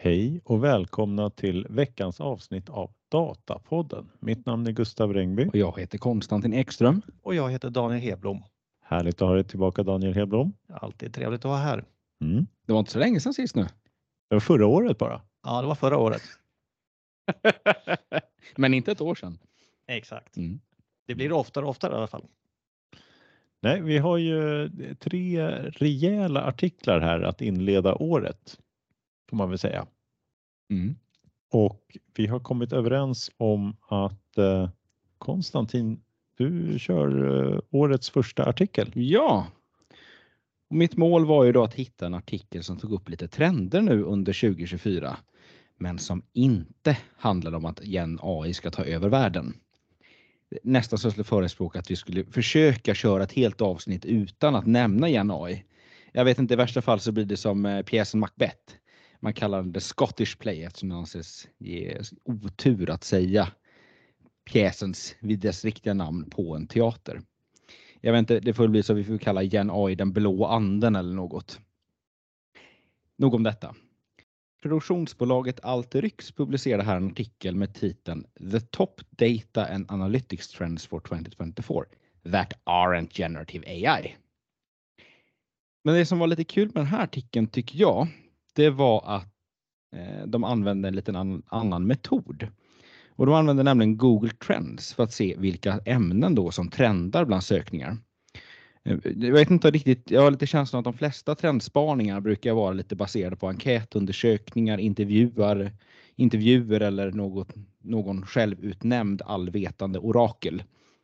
Hej och välkomna till veckans avsnitt av Datapodden. Mitt namn är Gustav Rengby. Och jag heter Konstantin Ekström. Och jag heter Daniel Hedblom. Härligt att ha dig tillbaka, Daniel Hedblom. Alltid trevligt att vara här. Det var inte så länge sedan sist nu. Det var förra året bara. Ja, det var förra året. Men inte ett år sedan. Exakt. Det blir oftare och oftare i alla fall. Nej, vi har ju 3 rejäla artiklar här att inleda året, får man väl säga. Och vi har kommit överens om att Konstantin, du kör årets första artikel. Ja. Och mitt mål var ju då att hitta en artikel som tog upp lite trender nu under 2024. Men som inte handlade om att Gen AI ska ta över världen. Nästan så skulle förespråka att vi skulle försöka köra ett helt avsnitt utan att nämna Gen AI. Jag vet inte, i värsta fall så blir det som pjäsen Macbeth. Man kallar den The Scottish Play eftersom det anses ge otur att säga pjäsens vid dess riktiga namn på en teater. Jag vet inte, det får bli så vi får kalla Gen AI den blå anden eller något. Nog om detta. Produktionsbolaget Alteryx publicerade här en artikel med titeln The Top Data and Analytics Trends for 2024 That Aren't Generative AI. Men det som var lite kul med den här artikeln tycker jag, det var att de använde en liten annan metod. Och de använder nämligen Google Trends för att se vilka ämnen då som trendar bland sökningar. Jag vet inte riktigt, jag har lite känslan att de flesta trendspaningar brukar vara lite baserade på enkätundersökningar, intervjuer eller någon självutnämnd allvetande orakel.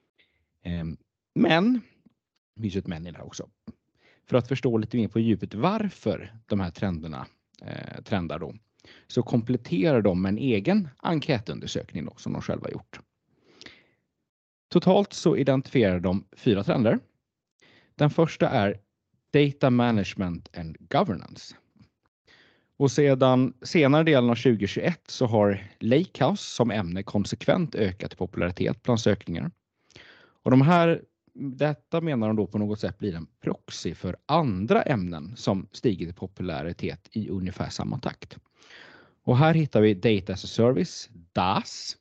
Men, det finns ju ett men i det här också. För att förstå lite mer på djupet varför de här trenderna trendar då, så kompletterar de med en egen enkätundersökning då, som de själva gjort. Totalt så identifierar de 4 trender. Den första är Data Management and Governance. Och sedan senare delen av 2021 så har Lakehouse som ämne konsekvent ökat i popularitet bland sökningar. Och detta menar de då på något sätt blir en proxy för andra ämnen som stigit i popularitet i ungefär samma takt. Och här hittar vi Data as a Service, DaaS,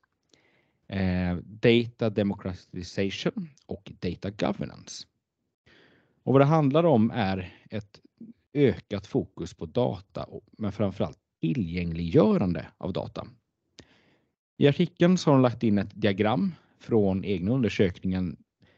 Data Democratization och Data Governance. Och vad det handlar om är ett ökat fokus på data, men framförallt tillgängliggörande av data. I artikeln så har de lagt in ett diagram från egna undersökningen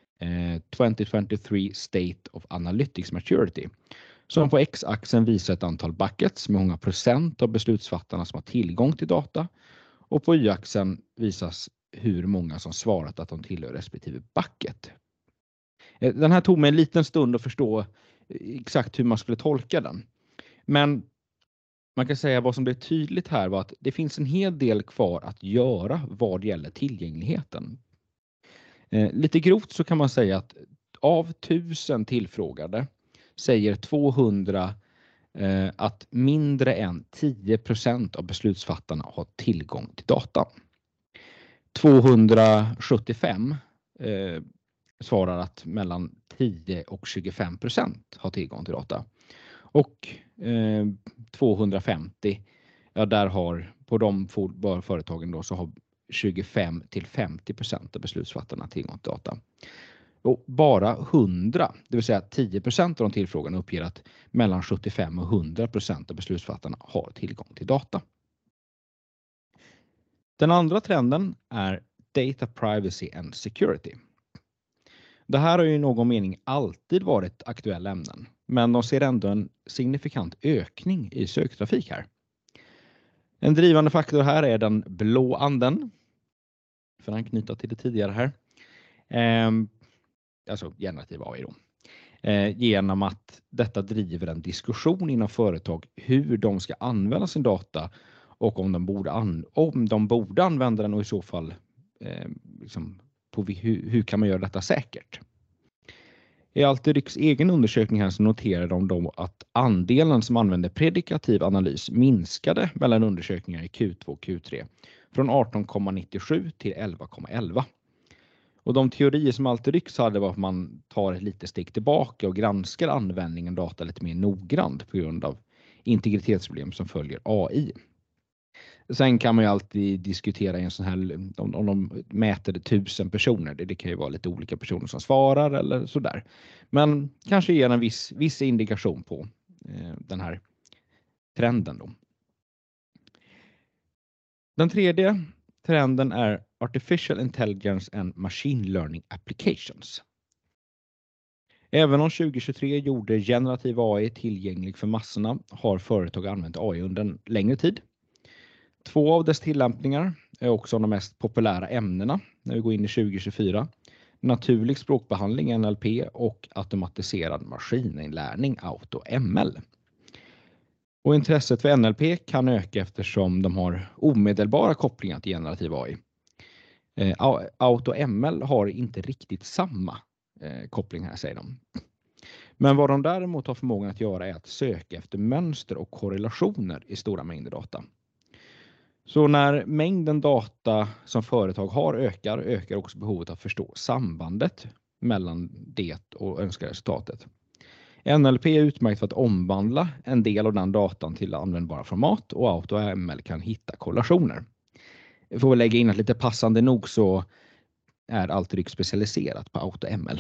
2023 State of Analytics Maturity, som på x-axeln visar ett antal buckets med många procent av beslutsfattarna som har tillgång till data, och på y-axeln visas hur många som svarat att de tillhör respektive bucket. Den här tog mig en liten stund att förstå exakt hur man skulle tolka den. Men man kan säga vad som blev tydligt här var att det finns en hel del kvar att göra vad gäller tillgängligheten. Lite grovt så kan man säga att av 1000 tillfrågade säger 200 att mindre än 10% av beslutsfattarna har tillgång till data. 275 svarar att mellan 10 och 25% har tillgång till data. Och 250, ja, där har på de företagen då så har 25 till 50% av beslutsfattarna tillgång till data. Och bara 100, det vill säga 10% av de tillfrågade uppger att mellan 75 och 100% av beslutsfattarna har tillgång till data. Den andra trenden är Data Privacy and Security. Det här har ju i någon mening alltid varit aktuella ämnen, men de ser ändå en signifikant ökning i söktrafik här. En drivande faktor här är den blå anden, för att anknyta till det tidigare här. Alltså generativ AI då. Genom att detta driver en diskussion inom företag hur de ska använda sin data och om de borde använda den, och i så fall på hur kan man göra detta säkert. I Alteryx egen undersökning här så noterar de då att andelen som använder predikativ analys minskade mellan undersökningar i Q2 och Q3 från 18,97 till 11,11. Och de teorier som Alteryx hade var att man tar ett litet steg tillbaka och granskar användningen av data lite mer noggrant på grund av integritetsproblem som följer AI. Sen kan man ju alltid diskutera i en sån här, om de mäter 1000 personer. Det kan ju vara lite olika personer som svarar eller sådär. Men kanske ger en viss indikation på den här trenden då. Den tredje trenden är Artificial Intelligence and Machine Learning Applications. Även om 2023 gjorde generativ AI tillgänglig för massorna har företag använt AI under en längre tid. 2 av dess tillämpningar är också de mest populära ämnena när vi går in i 2024. Naturlig språkbehandling, NLP, och automatiserad maskininlärning, AutoML. Och intresset för NLP kan öka eftersom de har omedelbara kopplingar till generativ AI. AutoML har inte riktigt samma koppling här, säger de. Men vad de däremot har förmågan att göra är att söka efter mönster och korrelationer i stora mängder data. Så när mängden data som företag har ökar också behovet att förstå sambandet mellan det och önskade resultatet. NLP är utmärkt för att omvandla en del av den datan till användbara format, och AutoML kan hitta korrelationer. Jag får väl lägga in att lite passande nog så är Alteryx specialiserat på AutoML.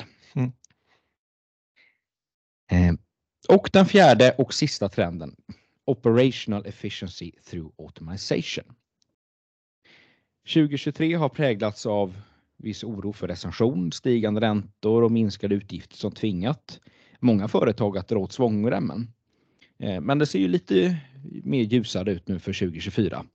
Och den fjärde och sista trenden, Operational Efficiency through Automation. 2023 har präglats av viss oro för recession, stigande räntor och minskade utgifter som tvingat många företag att dra åt svångremmen. Men det ser ju lite mer ljusare ut nu för 2024.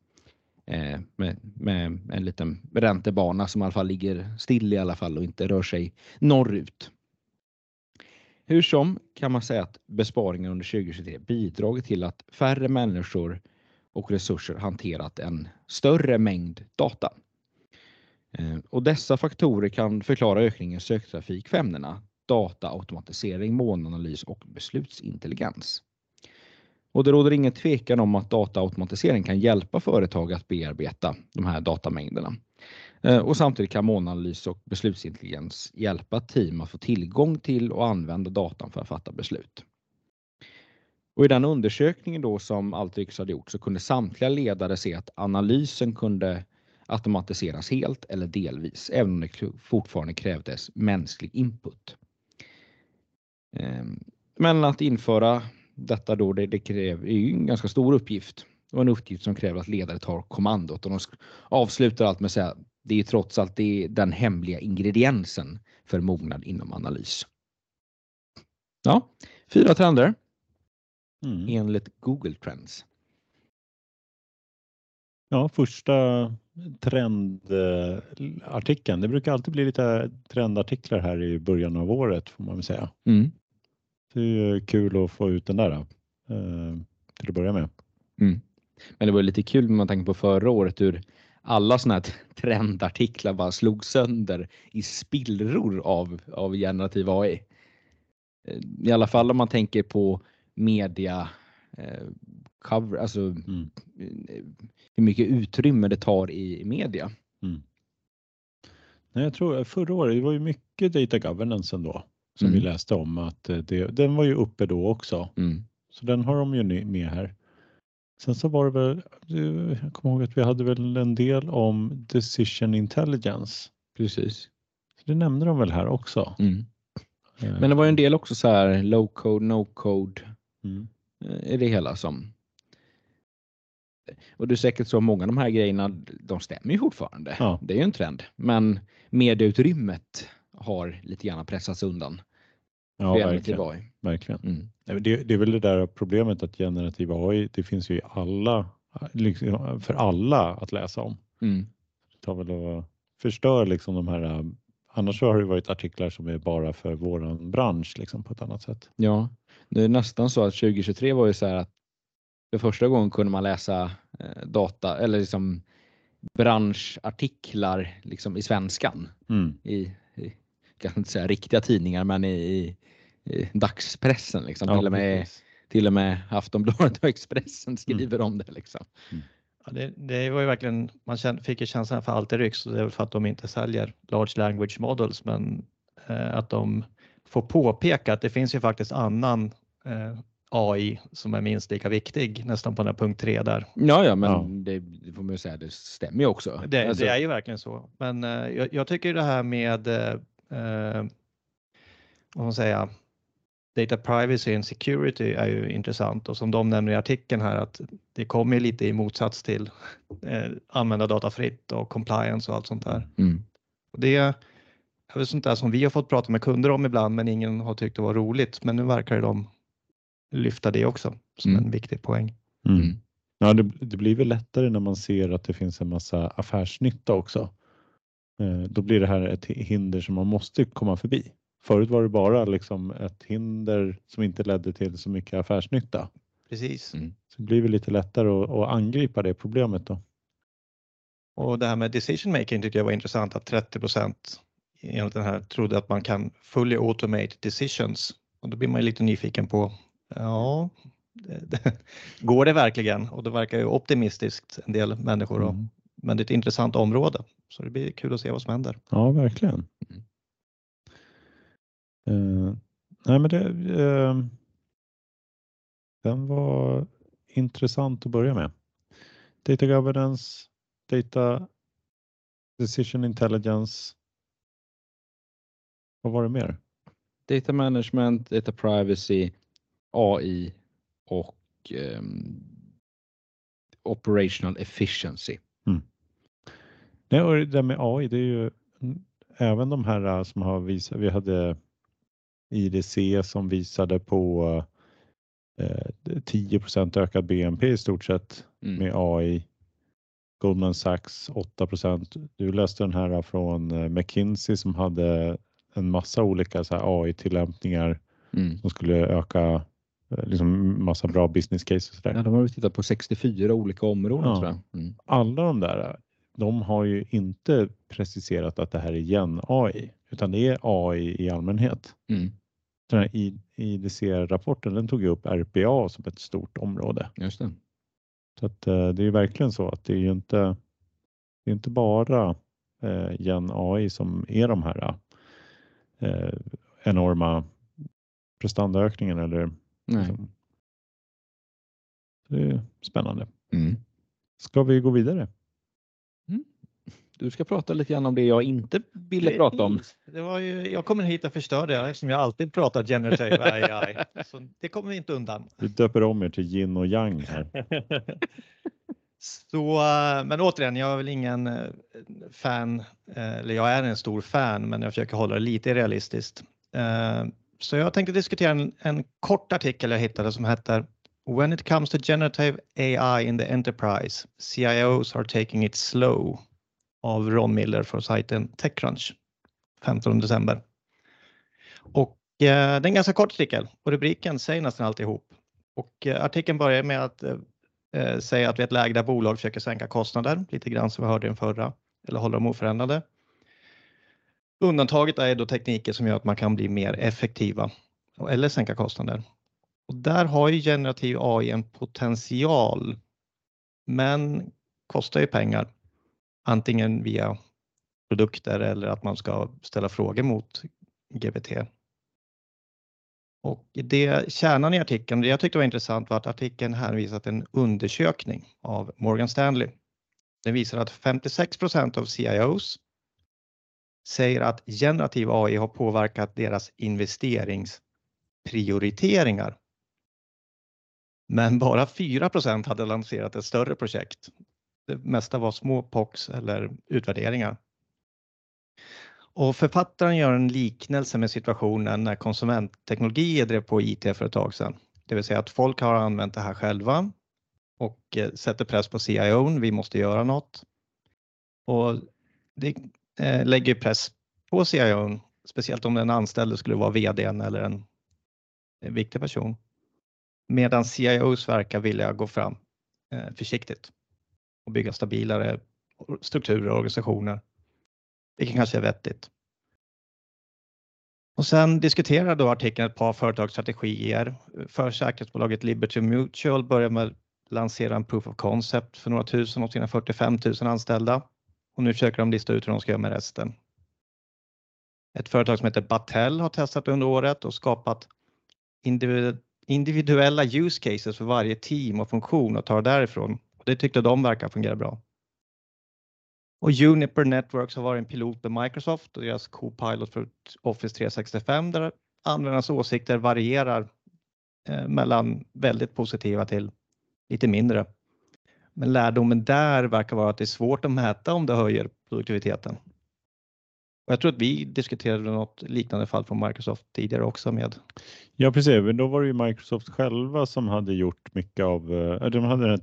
Med en liten räntebana som i alla fall ligger still i alla fall och inte rör sig norrut. Hur som kan man säga att besparingen under 2023 bidragit till att färre människor och resurser hanterat en större mängd data. Och dessa faktorer kan förklara ökningen i söktrafik för ämnena data, automatisering, molnanalys och beslutsintelligens. Och det råder ingen tvekan om att dataautomatisering kan hjälpa företag att bearbeta de här datamängderna. Och samtidigt kan molnanalys och beslutsintelligens hjälpa team att få tillgång till och använda datan för att fatta beslut. Och i den undersökningen då som Alteryx hade gjort så kunde samtliga ledare se att analysen kunde automatiseras helt eller delvis, även om det fortfarande krävdes mänsklig input. Men att införa detta då, det kräver ju en ganska stor uppgift. Och en uppgift som kräver att ledare tar kommandot. Och de avslutar allt med att säga det är trots allt den hemliga ingrediensen för mognad inom analys. Ja, 4 trender. Enligt Google Trends. Ja, första trendartikeln. Det brukar alltid bli lite trendartiklar här i början av året, får man väl säga. Det är kul att få ut den där till att börja med. Men det var lite kul när man tänker på förra året hur alla såna här trendartiklar bara slog sönder i spillror av generativ AI. I alla fall om man tänker på media cover, alltså hur mycket utrymme det tar i media. Nej, jag tror förra året det var ju mycket data governance ändå som vi läste om att den var ju uppe då också. Så den har de ju med här. Sen så var det väl, jag kommer ihåg att vi hade väl en del om decision intelligence. Precis. Så det nämnde de väl här också. Men det var ju en del också så här low code, no code. Är det hela som. Och det är säkert så många av de här grejerna, de stämmer ju fortfarande. Ja. Det är ju en trend. Men medieutrymmet har lite grann pressats undan. Ja, verkligen. Det är väl det där problemet att generativ AI, det finns ju i alla, liksom, för alla att läsa om. Det tar väl och förstör liksom de här, annars har det varit artiklar som är bara för våran bransch liksom på ett annat sätt. Ja, det är nästan så att 2023 var ju så här att för första gången kunde man läsa data eller liksom branschartiklar liksom i svenskan. I kan inte säga riktiga tidningar, men i dagspressen liksom. Till och med Aftonbladet och Expressen skriver om det liksom. Ja, det var ju verkligen, fick ju känslan för Alteryx, och det är väl för att de inte säljer large language models, men att de får påpeka att det finns ju faktiskt annan AI som är minst lika viktig, nästan på den här punkt 3 där. Ja, men det får man ju säga, det stämmer ju också. Det är ju verkligen så. Men jag tycker det här med vad man säger, data privacy and security är ju intressant, och som de nämner i artikeln här att det kommer lite i motsats till använda data fritt och compliance och allt sånt där. Och det är väl sånt där som vi har fått prata med kunder om ibland, men ingen har tyckt det var roligt. Men nu verkar de lyfta det också som en viktig poäng. Ja, det blir väl lättare när man ser att det finns en massa affärsnytta också. Då blir det här ett hinder som man måste komma förbi. Förut var det bara liksom ett hinder som inte ledde till så mycket affärsnytta. Precis. Så det blir väl lite lättare att angripa det problemet då. Och det här med decision making tycker jag var intressant, att 30% enligt den här trodde att man kan fully automate decisions. Och då blir man ju lite nyfiken på, ja, går det verkligen? Och det verkar ju optimistiskt en del människor då. Men det är ett intressant område, så det blir kul att se vad som händer. Ja, verkligen. Nej, men den var intressant att börja med. Data governance, data decision intelligence. Vad var det mer? Data management, data privacy, AI och operational efficiency. Nej, och det med AI, det är ju även de här som har visat, vi hade IDC som visade på 10% ökad BNP i stort sett med AI. Goldman Sachs 8%. Du läste den här från McKinsey som hade en massa olika så här AI-tillämpningar som skulle öka liksom massa bra business cases där. Ja, de har vi tittat på 64 olika områden. Tror jag. Alla de där, de har ju inte preciserat att det här är gen AI, utan det är AI i allmänhet. Den här IDC-rapporten, den tog ju upp RPA som ett stort område. Just det. Så att det är ju verkligen så att det är ju inte bara gen AI som är de här enorma prestandaökningen eller liksom. Det är spännande. Ska vi gå vidare? Du ska prata lite grann om det jag inte ville prata om. Det var ju, jag kommer hit och förstör det eftersom jag alltid pratar generative AI. Så det kommer vi inte undan. Vi döper om er till yin och yang här. Så, men återigen, jag är väl ingen fan, eller jag är en stor fan, men jag försöker hålla det lite realistiskt. Så jag tänkte diskutera en kort artikel jag hittade som heter When it comes to generative AI in the enterprise, CIOs are taking it slow av Ron Miller från sajten TechCrunch 15 december. Och det är en ganska kort artikel och rubriken säger nästan alltihop. Och artikeln börjar med att säga att vi är ett läge där bolag försöker sänka kostnader, lite grann som vi hörde i den förra, eller hålla dem oförändrade. Undantaget är då tekniker som gör att man kan bli mer effektiva eller sänka kostnader. Och där har ju generativ AI en potential, men kostar ju pengar. Antingen via produkter eller att man ska ställa frågor mot GPT. Och det kärnan i artikeln, det jag tyckte var intressant var att artikeln här visat en undersökning av Morgan Stanley. Den visar att 56% av CIOs säger att generativ AI har påverkat deras investeringsprioriteringar. Men bara 4% hade lanserat ett större projekt. Det mesta var små POCs eller utvärderingar. Och författaren gör en liknelse med situationen när konsumentteknologi drev på IT för ett tag sedan. Det vill säga att folk har använt det här själva och sätter press på CIO:n, vi måste göra något. Och det lägger press på CIO:n, speciellt om den anställde skulle vara vd:n eller en viktig person. Medan CIOs verkar vilja gå fram försiktigt och bygga stabilare strukturer och organisationer. Vilket kanske är vettigt. Och sen diskuterar då artikeln ett par företagsstrategier. För säkerhetsbolaget Liberty Mutual börjar med att lansera en proof of concept för några tusen av sina 45 000 anställda. Och nu försöker de lista ut hur de ska göra med resten. Ett företag som heter Battelle har testat under året och skapat individuella use cases för varje team och funktion och ta därifrån. Det tyckte de verkar fungera bra. Och Juniper Networks har varit en pilot med Microsoft och deras Copilot för Office 365 där användarnas åsikter varierar mellan väldigt positiva till lite mindre. Men lärdomen där verkar vara att det är svårt att mäta om det höjer produktiviteten. Och jag tror att vi diskuterade något liknande fall från Microsoft tidigare också med. Ja, precis. Men då var det ju Microsoft själva som hade gjort mycket av, de hade den här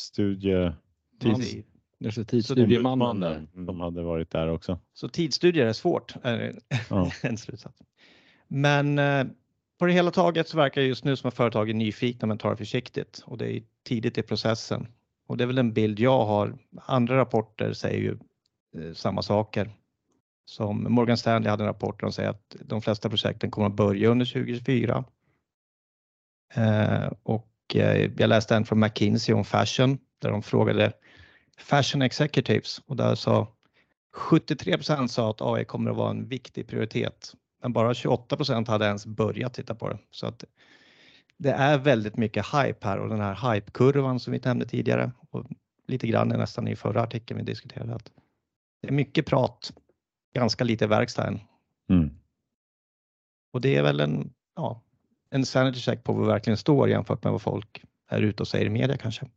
tidsstudiemannen där. De hade varit där också. Så tidsstudier är svårt, är en slutsats. Men på det hela taget så verkar just nu som att företagen är nyfikna men tar det försiktigt. Och det är tidigt i processen. Och det är väl en bild jag har. Andra rapporter säger ju samma saker. Som Morgan Stanley hade en rapport där de säger att de flesta projekten kommer att börja under 2024. Jag läste en från McKinsey om fashion där de frågade fashion executives och där sa 73% sa att AI kommer att vara en viktig prioritet. Men bara 28% hade ens börjat titta på det. Så att det är väldigt mycket hype här och den här hypekurvan som vi nämnde tidigare och lite grann nästan i förra artikeln vi diskuterade att det är mycket prat, ganska lite verkstad än. Och det är väl en sanity check på vad vi verkligen står jämfört med vad folk är ute och säger i media kanske.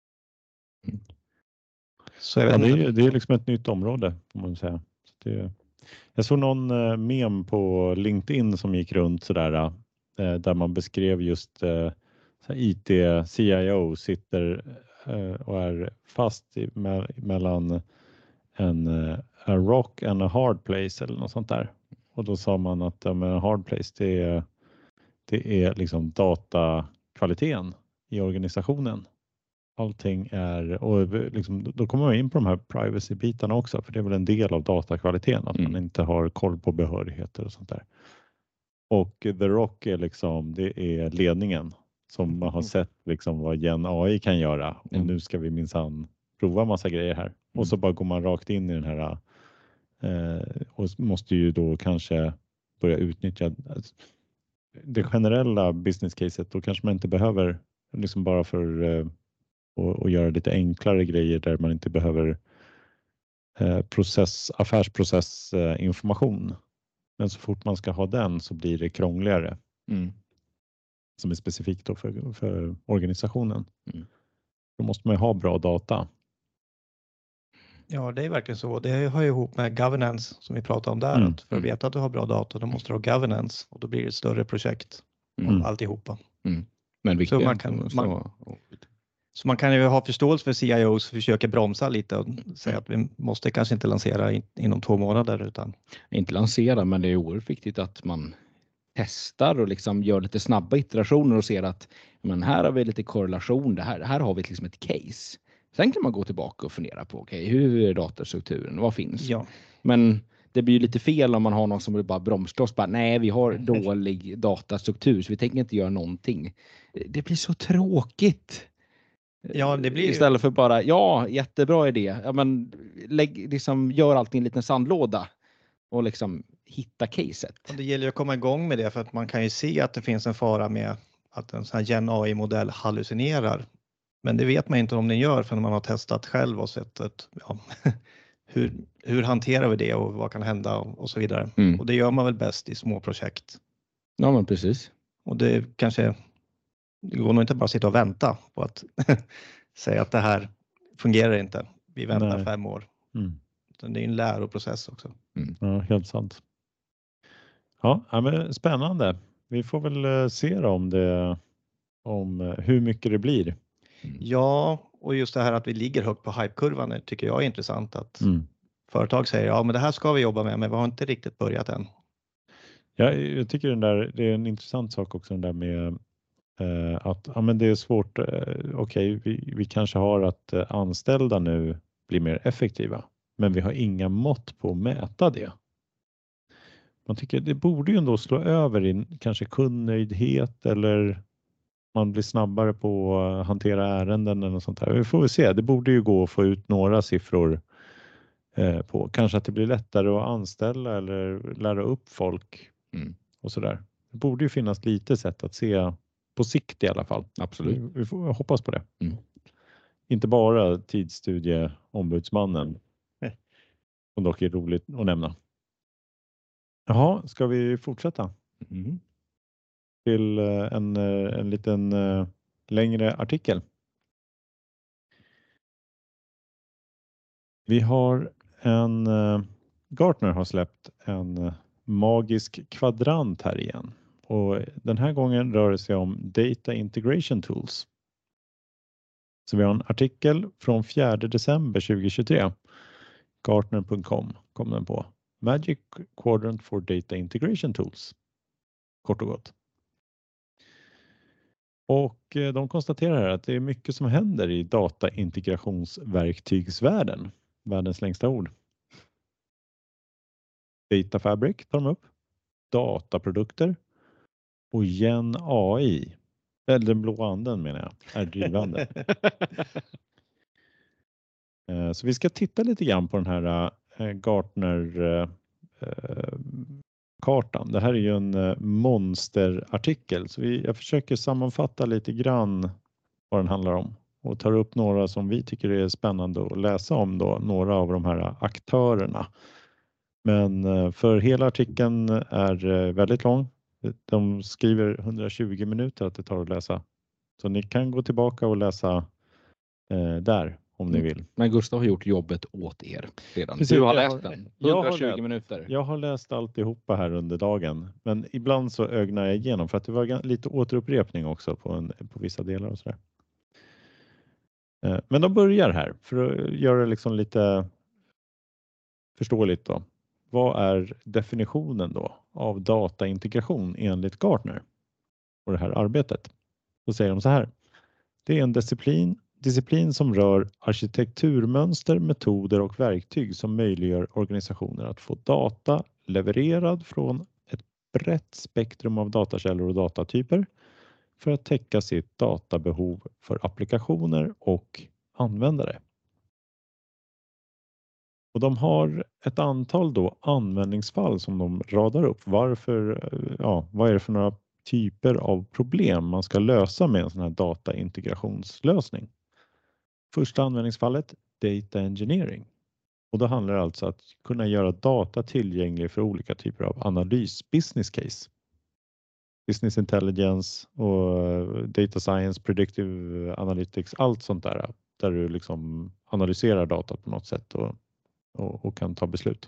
Så det är liksom ett nytt område får man säga. Jag såg någon mem på LinkedIn som gick runt sådär där man beskrev just IT-CIO sitter och är fast mellan a rock and a hard place eller något sånt där. Och då sa man att hard place det är liksom datakvaliteten i organisationen. Allting är, och liksom, då kommer man in på de här privacy-bitarna också, för det är väl en del av datakvaliteten att man inte har koll på behörigheter och sånt där. Och The Rock är liksom, det är ledningen som man har sett liksom vad Gen AI kan göra och nu ska vi minsann prova massa grejer här. Och så bara går man rakt in i den här och måste ju då kanske börja utnyttja det generella business caset. Då kanske man inte behöver liksom bara för och göra lite enklare grejer där man inte behöver affärsprocessinformation. Men så fort man ska ha den så blir det krångligare. Som är specifikt då för organisationen. Då måste man ju ha bra data. Ja, det är verkligen så. Det hör ihop med governance som vi pratade om där. Att för att veta att du har bra data då måste du ha governance och då blir det ett större projekt av alltihopa. Men viktigt. Så man kan ju ha förståelse för CIOs som försöker bromsa lite och säga att vi måste kanske inte lansera inom 2 månader. Utan inte lansera, men det är oerhört viktigt att man testar och liksom gör lite snabba iterationer och ser att men här har vi lite korrelation, här har vi liksom ett case. Sen kan man gå tillbaka och fundera på hur är datastrukturen, vad finns? Ja. Men det blir ju lite fel om man har någon som vill bara bromskloss. Nej, vi har dålig datastruktur så vi tänker inte göra någonting. Det blir så tråkigt. Ja, det blir istället för bara, jättebra idé. Ja, men liksom gör allting i en liten sandlåda och liksom hitta caset. Och det gäller ju att komma igång med det för att man kan ju se att det finns en fara med att en sån här Gen AI-modell hallucinerar. Men det vet man inte om den gör förrän man har testat själv och sett hur hanterar vi det och vad kan hända och så vidare. Och det gör man väl bäst i små projekt. Ja, men precis. Och det går nog inte bara att sitta och vänta på att säga att det här fungerar inte. Vi väntar 5 år. Det är en läroprocess också. Ja, helt sant. Ja, men spännande. Vi får väl se då om hur mycket det blir. Ja, och just det här att vi ligger högt på hypekurvan tycker jag är intressant. Att företag säger men det här ska vi jobba med, men vi har inte riktigt börjat än. Ja, jag tycker det är en intressant sak också den där med att men det är svårt. Vi kanske har att anställda nu blir mer effektiva, men vi har inga mått på att mäta det. Man tycker det borde ju ändå slå över i kanske kundnöjdhet eller man blir snabbare på att hantera ärenden eller något sånt här. Vi får väl se. Det borde ju gå att få ut några siffror på. Kanske att det blir lättare att anställa eller lära upp folk och sådär. Det borde ju finnas lite sätt att se på sikt i alla fall. Absolut. Vi får hoppas på det. Inte bara tidsstudieombudsmannen, som dock är roligt att nämna. Jaha, ska vi fortsätta? Till en liten längre artikel. Vi har Gartner har släppt en magisk kvadrant här igen. Och den här gången rör det sig om Data Integration Tools. Så vi har en artikel från 4 december 2023. Gartner.com kom den på. Magic Quadrant for Data Integration Tools. Kort och gott. Och de konstaterar att det är mycket som händer i dataintegrationsverktygsvärlden. Världens längsta ord. Data Fabric tar de upp. Dataprodukter. Och Gen AI. Eller den blå anden menar jag. Är drivande. Så vi ska titta lite grann på den här Gartner-kartan. Det här är ju en monsterartikel. Så jag försöker sammanfatta lite grann vad den handlar om. Och tar upp några som vi tycker är spännande att läsa om då. Några av de här aktörerna. Men för hela artikeln är väldigt lång. De skriver 120 minuter att det tar att läsa. Så ni kan gå tillbaka och läsa där om ni vill. Men Gustav har gjort jobbet åt er redan. Precis, du har läst den. 120 minuter. Jag har läst alltihopa här under dagen. Men ibland så ögnar jag igenom för att det var lite återupprepning också på vissa delar och sådär. Men de börjar här för att göra det liksom lite förståeligt då. Vad är definitionen då av dataintegration enligt Gartner och det här arbetet? Då säger de så här. Det är en disciplin som rör arkitekturmönster, metoder och verktyg som möjliggör organisationer att få data levererad från ett brett spektrum av datakällor och datatyper för att täcka sitt databehov för applikationer och användare. Och de har ett antal då användningsfall som de radar upp. Vad är det för några typer av problem man ska lösa med en sån här dataintegrationslösning? Första användningsfallet, data engineering. Och då handlar det alltså att kunna göra data tillgänglig för olika typer av analys, business case. Business intelligence och data science, predictive analytics, allt sånt där du liksom analyserar data på något sätt och kan ta beslut.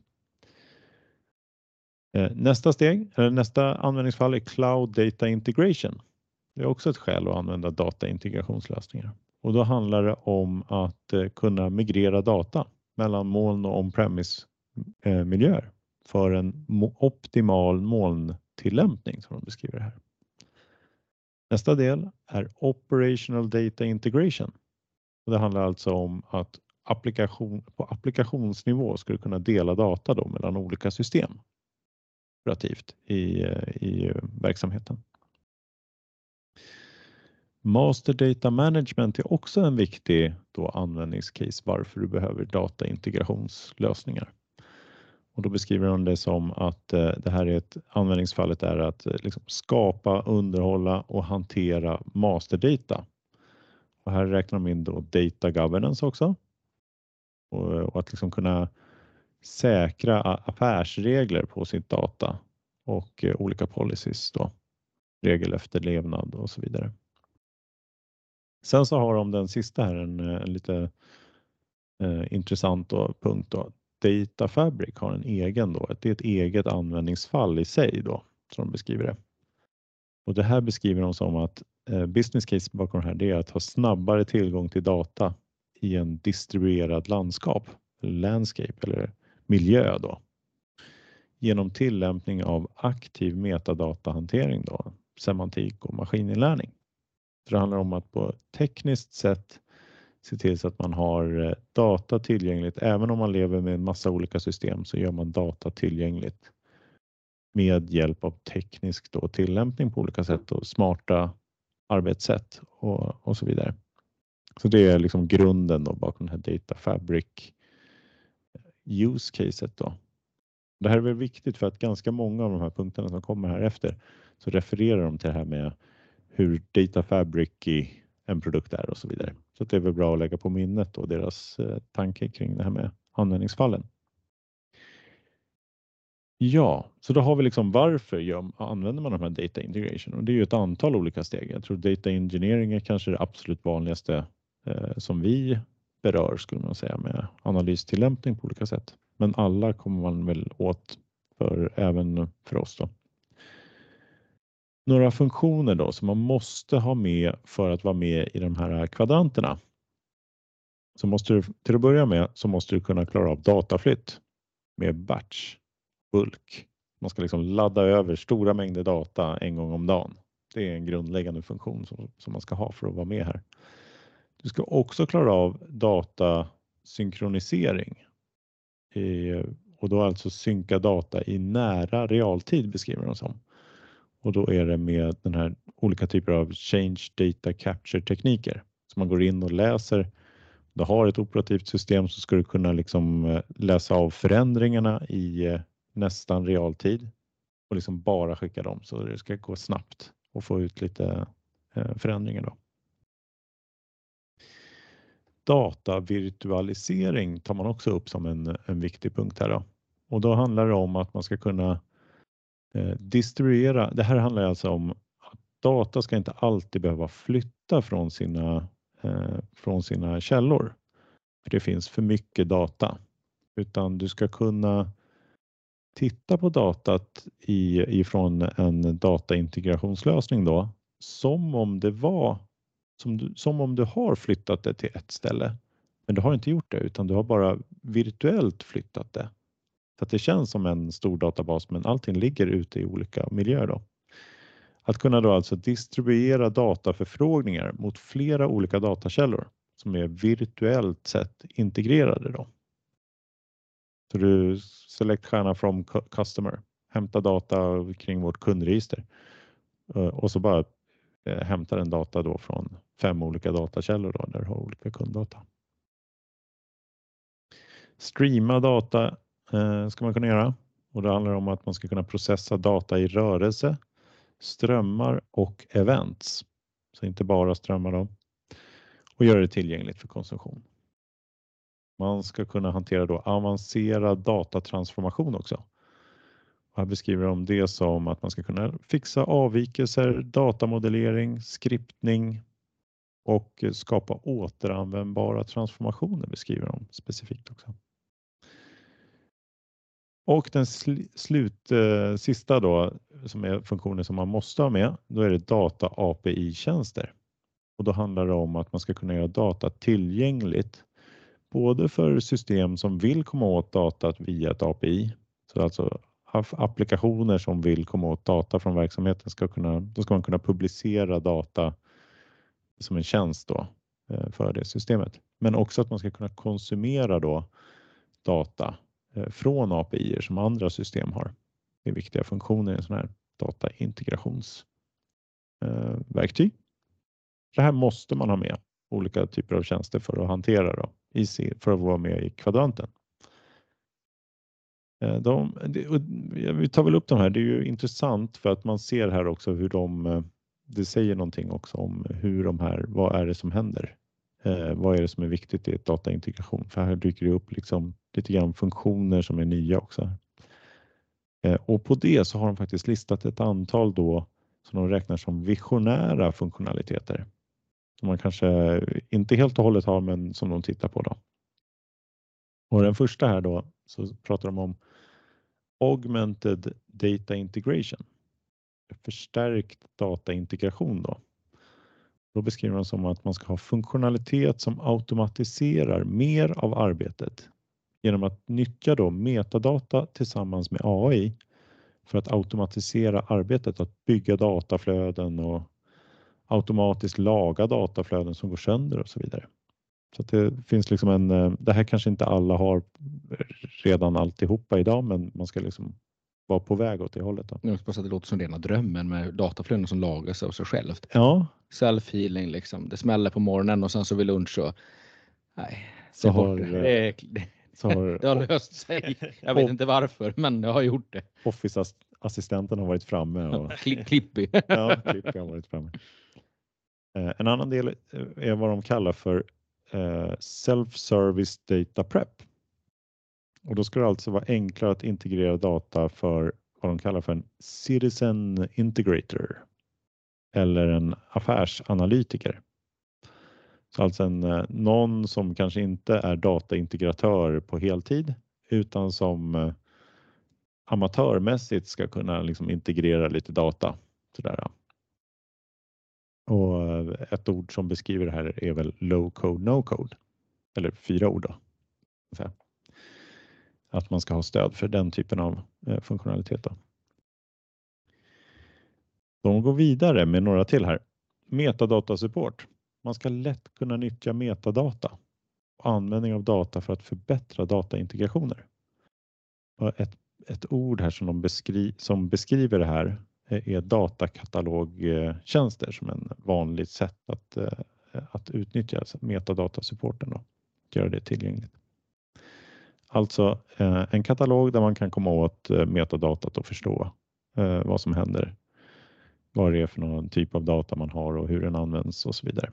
Nästa användningsfall är cloud data integration. Det är också ett skäl att använda dataintegrationslösningar. Och då handlar det om att kunna migrera data mellan moln och on-premise miljöer för en optimal molntillämpning som de beskriver här. Nästa del är operational data integration. Och det handlar alltså om att på applikationsnivå skulle kunna dela data då mellan olika system operativt i verksamheten. Master data management är också en viktig då användningscase varför du behöver dataintegrationslösningar. Och då beskriver de det som att det här är användningsfallet är att liksom skapa, underhålla och hantera masterdata. Och här räknar de in då data governance också. Och att liksom kunna säkra affärsregler på sitt data och olika policies då. Regelefterlevnad och så vidare. Sen så har de den sista här en lite intressant då, punkt då. Data Fabric har en egen då. Det är ett eget användningsfall i sig då som de beskriver det. Och det här beskriver de som att business case bakom det här det är att ha snabbare tillgång till data i en distribuerad landskap, landscape eller miljö då. Genom tillämpning av aktiv metadatahantering då, semantik och maskininlärning. Så det handlar om att på tekniskt sätt se till så att man har data tillgängligt. Även om man lever med en massa olika system så gör man data tillgängligt med hjälp av teknisk då, tillämpning på olika sätt och smarta arbetssätt och så vidare. Så det är liksom grunden då bakom den här Data Fabric use caset då. Det här är väl viktigt för att ganska många av de här punkterna som kommer här efter så refererar de till det här med hur Data Fabric i en produkt är och så vidare. Så det är väl bra att lägga på minnet och deras tanke kring det här med användningsfallen. Ja, så då har vi liksom varför använder man de här data integration, och det är ju ett antal olika steg. Jag tror data engineering är kanske det absolut vanligaste som vi berör, skulle man säga, med analystillämpning på olika sätt. Men alla kommer man väl åt även för oss då. Några funktioner då som man måste ha med för att vara med i de här kvadranterna. Så måste du, till att börja med, så måste du kunna klara av dataflytt med batch, bulk. Man ska liksom ladda över stora mängder data en gång om dagen. Det är en grundläggande funktion som man ska ha för att vara med här. Du ska också klara av datasynkronisering. Och då alltså synka data i nära realtid, beskriver de som. Och då är det med den här olika typer av change data capture tekniker. Så man går in och läser. Du har ett operativt system, så ska du kunna liksom läsa av förändringarna i nästan realtid och liksom bara skicka dem, så det ska gå snabbt och få ut lite förändringar då. Datavirtualisering tar man också upp som en viktig punkt här då. Och då handlar det om att man ska kunna distribuera. Det här handlar alltså om att data ska inte alltid behöva flytta från sina källor. För det finns för mycket data. Utan du ska kunna titta på datat ifrån en dataintegrationslösning då, som om det var som om du har flyttat det till ett ställe. Men du har inte gjort det, utan du har bara virtuellt flyttat det. Så att det känns som en stor databas, men allting ligger ute i olika miljöer då. Att kunna då alltså distribuera dataförfrågningar mot flera olika datakällor som är virtuellt sett integrerade då. Så du select stjärna from customer, hämta data kring vårt kundregister och så bara hämta den data då från 5 olika datakällor då, där du har olika kunddata. Streama data ska man kunna göra, och det handlar om att man ska kunna processa data i rörelse, strömmar och events. Så inte bara strömmar då, och göra det tillgängligt för konsumtion. Man ska kunna hantera då avancerad datatransformation också. Och här beskriver de det som att man ska kunna fixa avvikelser, datamodellering, skriptning och skapa återanvändbara transformationer, beskriver de specifikt också. Och den sista då, som är funktioner som man måste ha med, då är det data API-tjänster. Och då handlar det om att man ska kunna göra data tillgängligt både för system som vill komma åt datat via ett API, så alltså applikationer som vill komma åt data från verksamheten då ska man kunna publicera data som en tjänst då för det systemet. Men också att man ska kunna konsumera då data från API som andra system har. Det är viktiga funktioner i en sån här dataintegrationsverktyg. Det här måste man ha med olika typer av tjänster för att hantera då, för att vara med i kvadranten. Vi tar väl upp de här, det är ju intressant för att man ser här också hur det säger någonting också om hur vad är det som händer? Vad är det som är viktigt i ett dataintegration? För här dyker det upp liksom lite grann funktioner som är nya också. Och på det så har de faktiskt listat ett antal då som de räknar som visionära funktionaliteter. Som man kanske inte helt och hållet har, men som de tittar på då. Och den första här då, så pratar de om augmented data integration. Förstärkt dataintegration då. Då beskriver man som att man ska ha funktionalitet som automatiserar mer av arbetet genom att nyttja då metadata tillsammans med AI för att automatisera arbetet att bygga dataflöden och automatiskt laga dataflöden som går sönder och så vidare. Så att det finns liksom det här kanske inte alla har redan alltihopa idag, men man ska liksom vara på väg åt det hållet då. Jag hoppas att det låter som rena drömmen med dataflöden som lagas av sig självt. Ja. Self-healing liksom. Det smäller på morgonen och sen så vid lunch så nej. Det har löst sig. Jag vet inte varför, men det har gjort det. Office-assistenten har varit framme. Och Clippy. Ja, Clippy har varit framme. En annan del är vad de kallar för self-service data prep. Och då ska det alltså vara enklare att integrera data för vad de kallar för en citizen integrator eller en affärsanalytiker. Så alltså någon som kanske inte är dataintegratör på heltid utan som amatörmässigt ska kunna liksom integrera lite data. Sådär. Och ett ord som beskriver det här är väl low code, no code. Eller 4 ord då. Att man ska ha stöd för den typen av funktionalitet då. De går vidare med några till här. Metadata-support. Man ska lätt kunna nyttja metadata och användning av data för att förbättra dataintegrationer. Och ett ord här som beskriver det här är datakatalogtjänster som en vanligt sätt att utnyttja metadatasupporten då. Göra det tillgängligt. Alltså en katalog där man kan komma åt metadatat och förstå vad som händer. Vad det är för någon typ av data man har och hur den används och så vidare.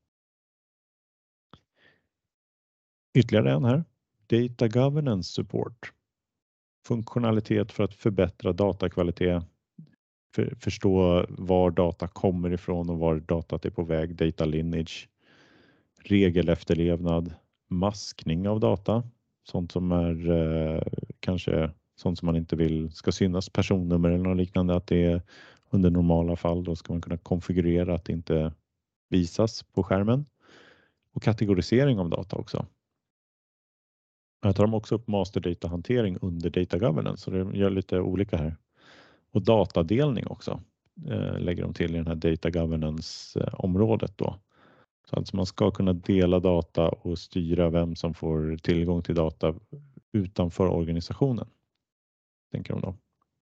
Ytterligare en här. Data Governance Support. Funktionalitet för att förbättra datakvalitet. Förstå var data kommer ifrån och var datat är på väg. Data lineage. Regelefterlevnad. Maskning av data. Sånt som är kanske sånt som man inte vill ska synas. Personnummer eller något liknande. Att det är under normala fall då ska man kunna konfigurera att det inte visas på skärmen. Och kategorisering av data också. Här tar de också upp masterdata-hantering under data governance. Så det gör lite olika här. Och datadelning också lägger de till i den här data governance-området då. Så alltså man ska kunna dela data och styra vem som får tillgång till data utanför organisationen. Tänker de då.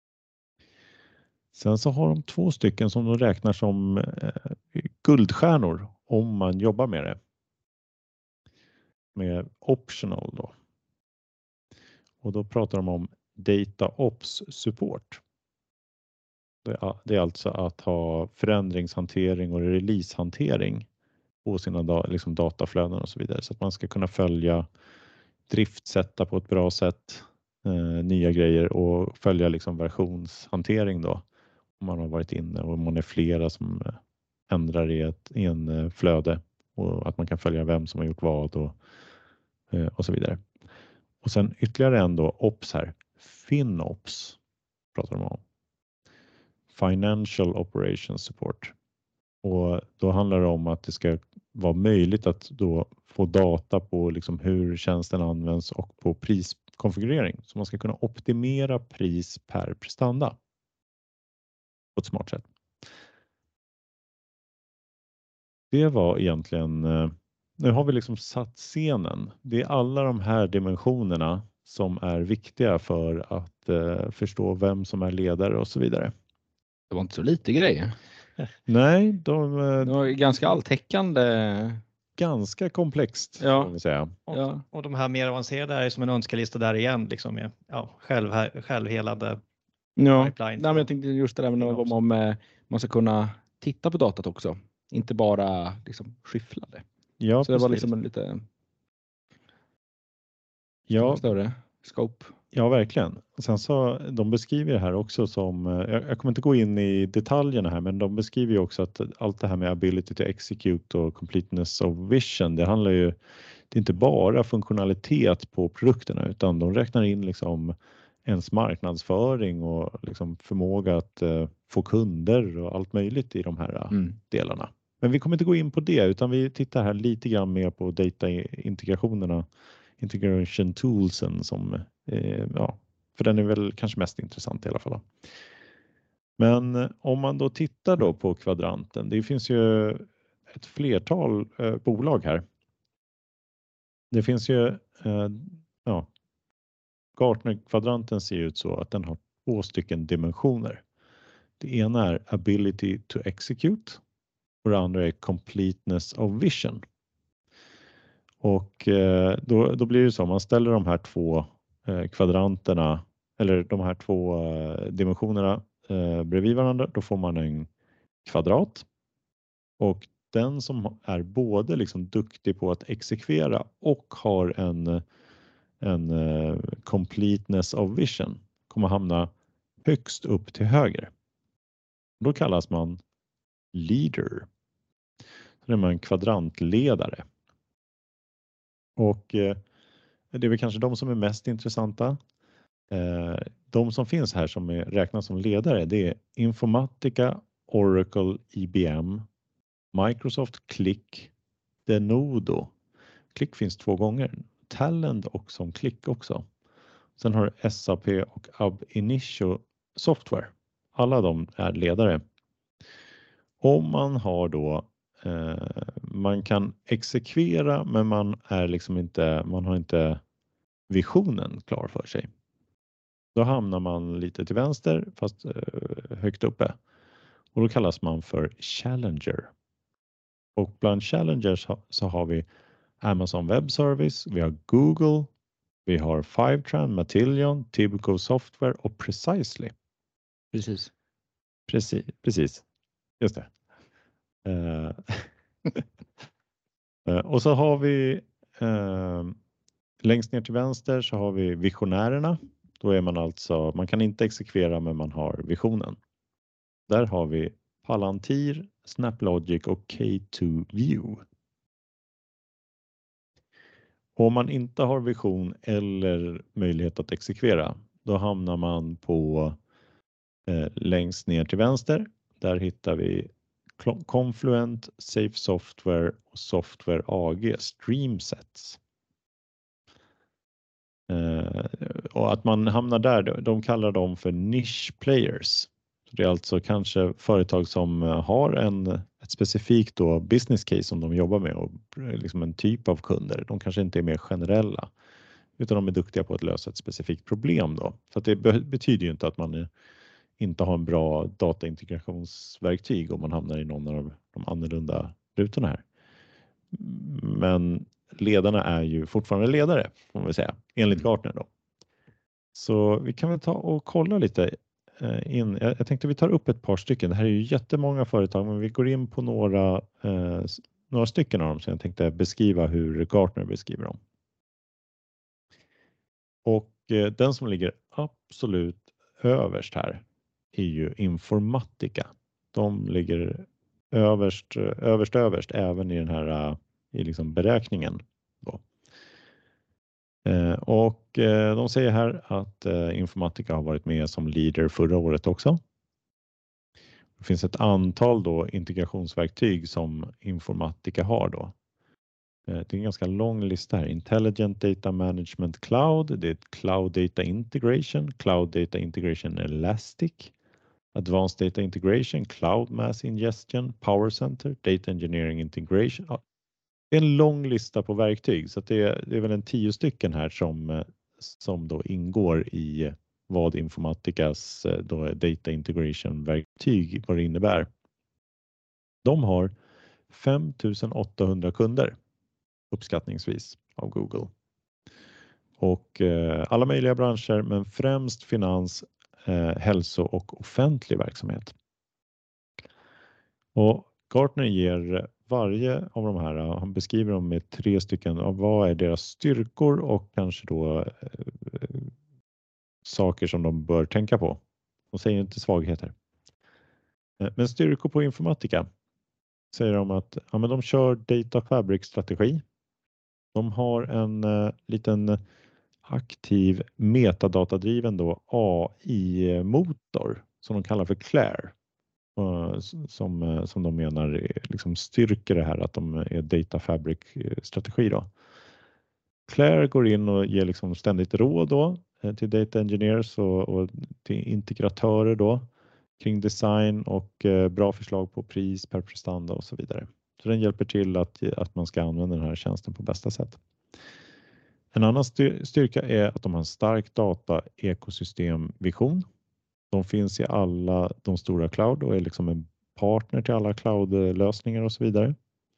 Sen så har de 2 stycken som de räknar som guldstjärnor om man jobbar med det. Med optional då. Och då pratar de om Data Ops support. Det är alltså att ha förändringshantering och releasehantering på sina dataflöden och så vidare. Så att man ska kunna följa driftsätta på ett bra sätt, nya grejer och följa liksom versionshantering då. Om man har varit inne och man är flera som ändrar i en flöde och att man kan följa vem som har gjort vad och så vidare. Och sen ytterligare en då, Ops här. FinOps pratar de om. Financial Operations Support. Och då handlar det om att det ska vara möjligt att då få data på liksom hur tjänsten används och på priskonfigurering. Så man ska kunna optimera pris per prestanda på ett smart sätt. Det var egentligen, nu har vi liksom satt scenen. Det är alla de här dimensionerna som är viktiga för att förstå vem som är ledare och så vidare. Det var inte så lite grejer. Nej, det var ganska alltäckande. Ganska komplext, kan vi säga. Och de här mer avancerade är som en önskelista där igen, liksom med självhelande pipeline. Nej, men jag tänkte just det där med om man ska kunna titta på datat också. Inte bara liksom skyffla det. Ja, så det var liksom en lite större scope. Ja, verkligen. Sen så de beskriver det här också som, jag kommer inte gå in i detaljerna här, men de beskriver ju också att allt det här med ability to execute och completeness of vision, det handlar ju, det är inte bara funktionalitet på produkterna utan de räknar in liksom ens marknadsföring och liksom förmåga att få kunder och allt möjligt i de här delarna. Men vi kommer inte gå in på det utan vi tittar här lite grann mer på data-integrationerna, integration toolsen som för den är väl kanske mest intressant i alla fall. Men om man då tittar då på kvadranten, det finns ju ett flertal bolag här. Det finns ju Gartner-kvadranten ser ut så att den har 2 stycken dimensioner. Det ena är ability to execute och det andra är completeness of vision. Och då blir det så, om man ställer de här 2 kvadranterna eller de här 2 dimensionerna bredvid varandra, då får man en kvadrat och den som är både liksom duktig på att exekvera och har en completeness of vision kommer hamna högst upp till höger. Då kallas man leader. Så är man en kvadrantledare. Och det är väl kanske de som är mest intressanta. De som finns här som räknas som ledare, det är Informatica, Oracle, IBM, Microsoft, Qlik, Denodo. Qlik finns 2 gånger. Talend och som Qlik också. Sen har du SAP och Ab Initio Software. Alla de är ledare. Om man har då man kan exekvera, men man har inte visionen klar för sig. Då hamnar man lite till vänster fast högt uppe. Och då kallas man för Challenger. Och bland Challengers så har vi Amazon Web Service, vi har Google, vi har Fivetran, Matillion, Tibco Software och Precisely. Precis. Just det. Och så har vi längst ner till vänster så har vi visionärerna. Då är man kan inte exekvera, men man har visionen. Där har vi Palantir, SnapLogic och K2 View. Om man inte har vision eller möjlighet att exekvera, då hamnar man på längst ner till vänster. Där hittar vi Confluent, Safe Software och Software AG, Streamsets. Och att man hamnar där, de kallar dem för niche players. Det är alltså kanske företag som har ett specifikt då business case som de jobbar med och liksom en typ av kunder. De kanske inte är mer generella, utan de är duktiga på att lösa ett specifikt problem då. Så att det betyder ju inte att man inte har en bra dataintegrationsverktyg om man hamnar i någon av de annorlunda rutorna här. Men ledarna är ju fortfarande ledare, får man väl säga, enligt Gartner då. Så vi kan väl ta och kolla lite in. Jag tänkte vi tar upp ett par stycken. Det här är ju jättemånga företag, men vi går in på några stycken av dem, så jag tänkte beskriva hur Gartner beskriver dem. Och den som ligger absolut överst här är ju Informatica. De ligger överst även i den här i liksom beräkningen då. Och de säger här att Informatica har varit med som leader förra året också. Det finns ett antal då integrationsverktyg som Informatica har då. Det är en ganska lång lista här. Intelligent Data Management Cloud, det är Cloud Data Integration Elastic, Advanced Data Integration, Cloud Mass Ingestion, Power Center, Data Engineering Integration. Ja, det är en lång lista på verktyg, så att det är väl 10 stycken här som då ingår i vad Informaticas då Data Integration verktyg vad det innebär. De har 5800 kunder uppskattningsvis av Google. Och alla möjliga branscher, men främst finans, hälso- och offentlig verksamhet. Och Gartner ger varje av de här, han beskriver dem med 3 stycken av vad är deras styrkor och kanske då saker som de bör tänka på. De säger inte svagheter. Men styrkor på Informatica säger de att men de kör Data Fabric-strategi. De har en liten aktiv metadatadriven då AI-motor som de kallar för Claire. Som de menar liksom styrker det här att de är Data Fabric-strategi då. Claire går in och ger liksom ständigt råd då till data engineers och till integratörer då kring design och bra förslag på pris per prestanda och så vidare. Så den hjälper till att man ska använda den här tjänsten på bästa sätt. En annan styrka är att de har en stark data-ekosystemvision. De finns i alla de stora cloud och är liksom en partner till alla cloud-lösningar och så vidare.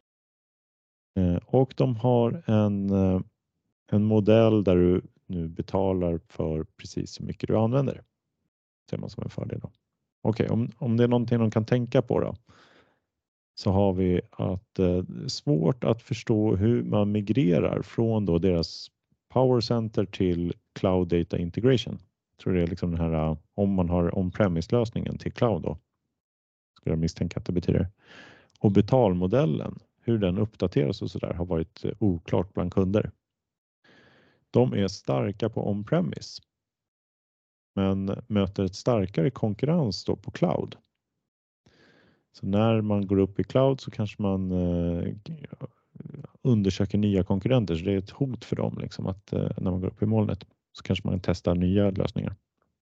Och de har en modell där du nu betalar för precis hur mycket du använder. Det ser man som en fördel då. Okej, om det är någonting de kan tänka på då, så har vi att svårt att förstå hur man migrerar från då deras Power Center till Cloud Data Integration. Jag tror det är liksom den här, om man har on-premise-lösningen till cloud då, skulle jag misstänka att det betyder. Och betalmodellen, hur den uppdateras och sådär, har varit oklart bland kunder. De är starka på on-premise, men möter ett starkare konkurrens då på cloud. Så när man går upp i cloud så kanske man undersöker nya konkurrenter, så det är ett hot för dem liksom, att när man går upp i molnet så kanske man testar nya lösningar.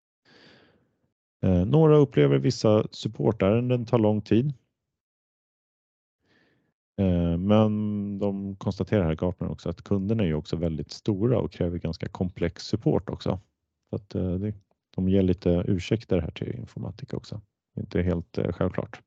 Några upplever vissa supportärenden tar lång tid. Men de konstaterar här, Gartner, också att kunderna är ju också väldigt stora och kräver ganska komplex support också. Så att de ger lite ursäkter här till Informatica också. Inte helt självklart.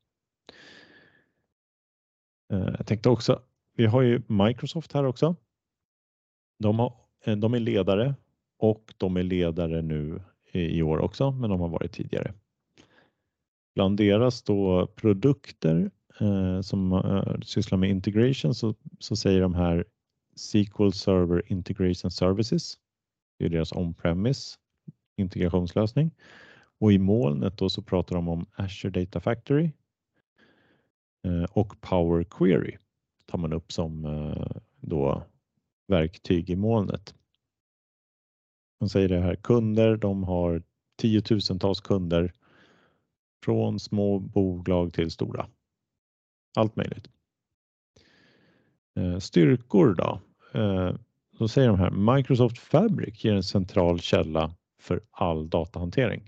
Jag tänkte också, vi har ju Microsoft här också. De är ledare och de är ledare nu i år också, men de har varit tidigare. Bland deras då produkter som sysslar med integration så säger de här SQL Server Integration Services. Det är deras on-premise integrationslösning. Och i molnet då så pratar de om Azure Data Factory och Power Query tar man upp som då verktyg i molnet. De säger det här, kunder, de har 10-tusentals kunder från små bolag till stora. Allt möjligt. Styrkor då? Då säger de här, Microsoft Fabric ger en central källa för all datahantering.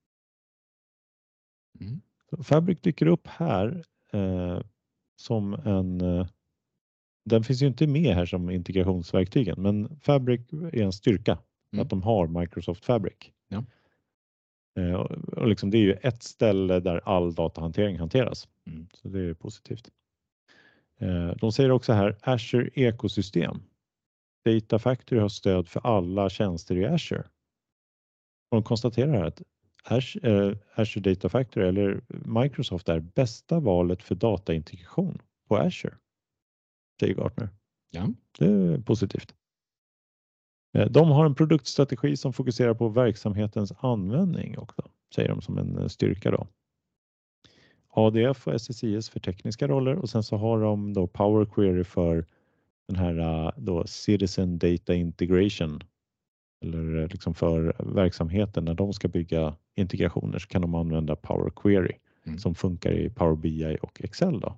Fabric dyker upp här som den finns ju inte med här som integrationsverktygen, men Fabric är en styrka att de har Microsoft Fabric. Ja. Och liksom det är ju ett ställe där all datahantering hanteras. Så det är positivt. De säger också här Azure ekosystem. Data Factory har stöd för alla tjänster i Azure. Och de konstaterar här att Azure Data Factory eller Microsoft är bästa valet för dataintegration på Azure. Säger Gartner. Ja. Det är positivt. De har en produktstrategi som fokuserar på verksamhetens användning också, säger de som en styrka då. ADF och SSIS för tekniska roller och sen så har de då Power Query för den här då Citizen Data Integration eller liksom för verksamheten när de ska bygga integrationer så kan de använda Power Query som funkar i Power BI och Excel då.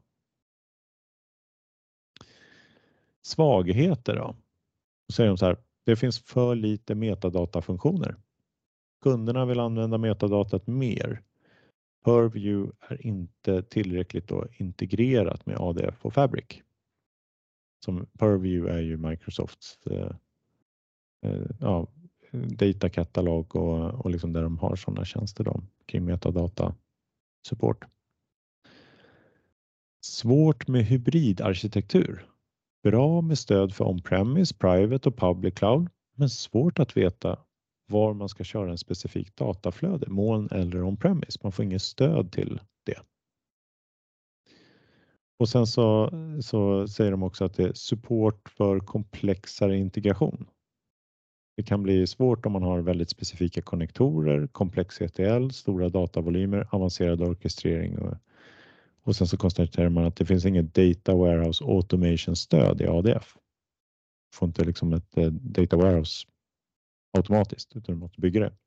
Svagheter då? Då säger de så här, det finns för lite metadatafunktioner. Kunderna vill använda metadatat mer. Purview är inte tillräckligt då integrerat med ADF och Fabric. Som Purview är ju Microsofts datakatalog och liksom där de har sådana tjänster då, kring metadata support. Svårt med hybridarkitektur. Bra med stöd för on-premise, private och public cloud, men svårt att veta var man ska köra en specifik dataflöde, moln eller on-premise. Man får inget stöd till det. Och sen så säger de också att det är support för komplexare integration. Det kan bli svårt om man har väldigt specifika konnektorer, komplex ETL, stora datavolymer, avancerad orkestrering och sen så konstaterar man att det finns inget data warehouse automation stöd i ADF. Får inte liksom ett data warehouse automatiskt utan du måste bygga det.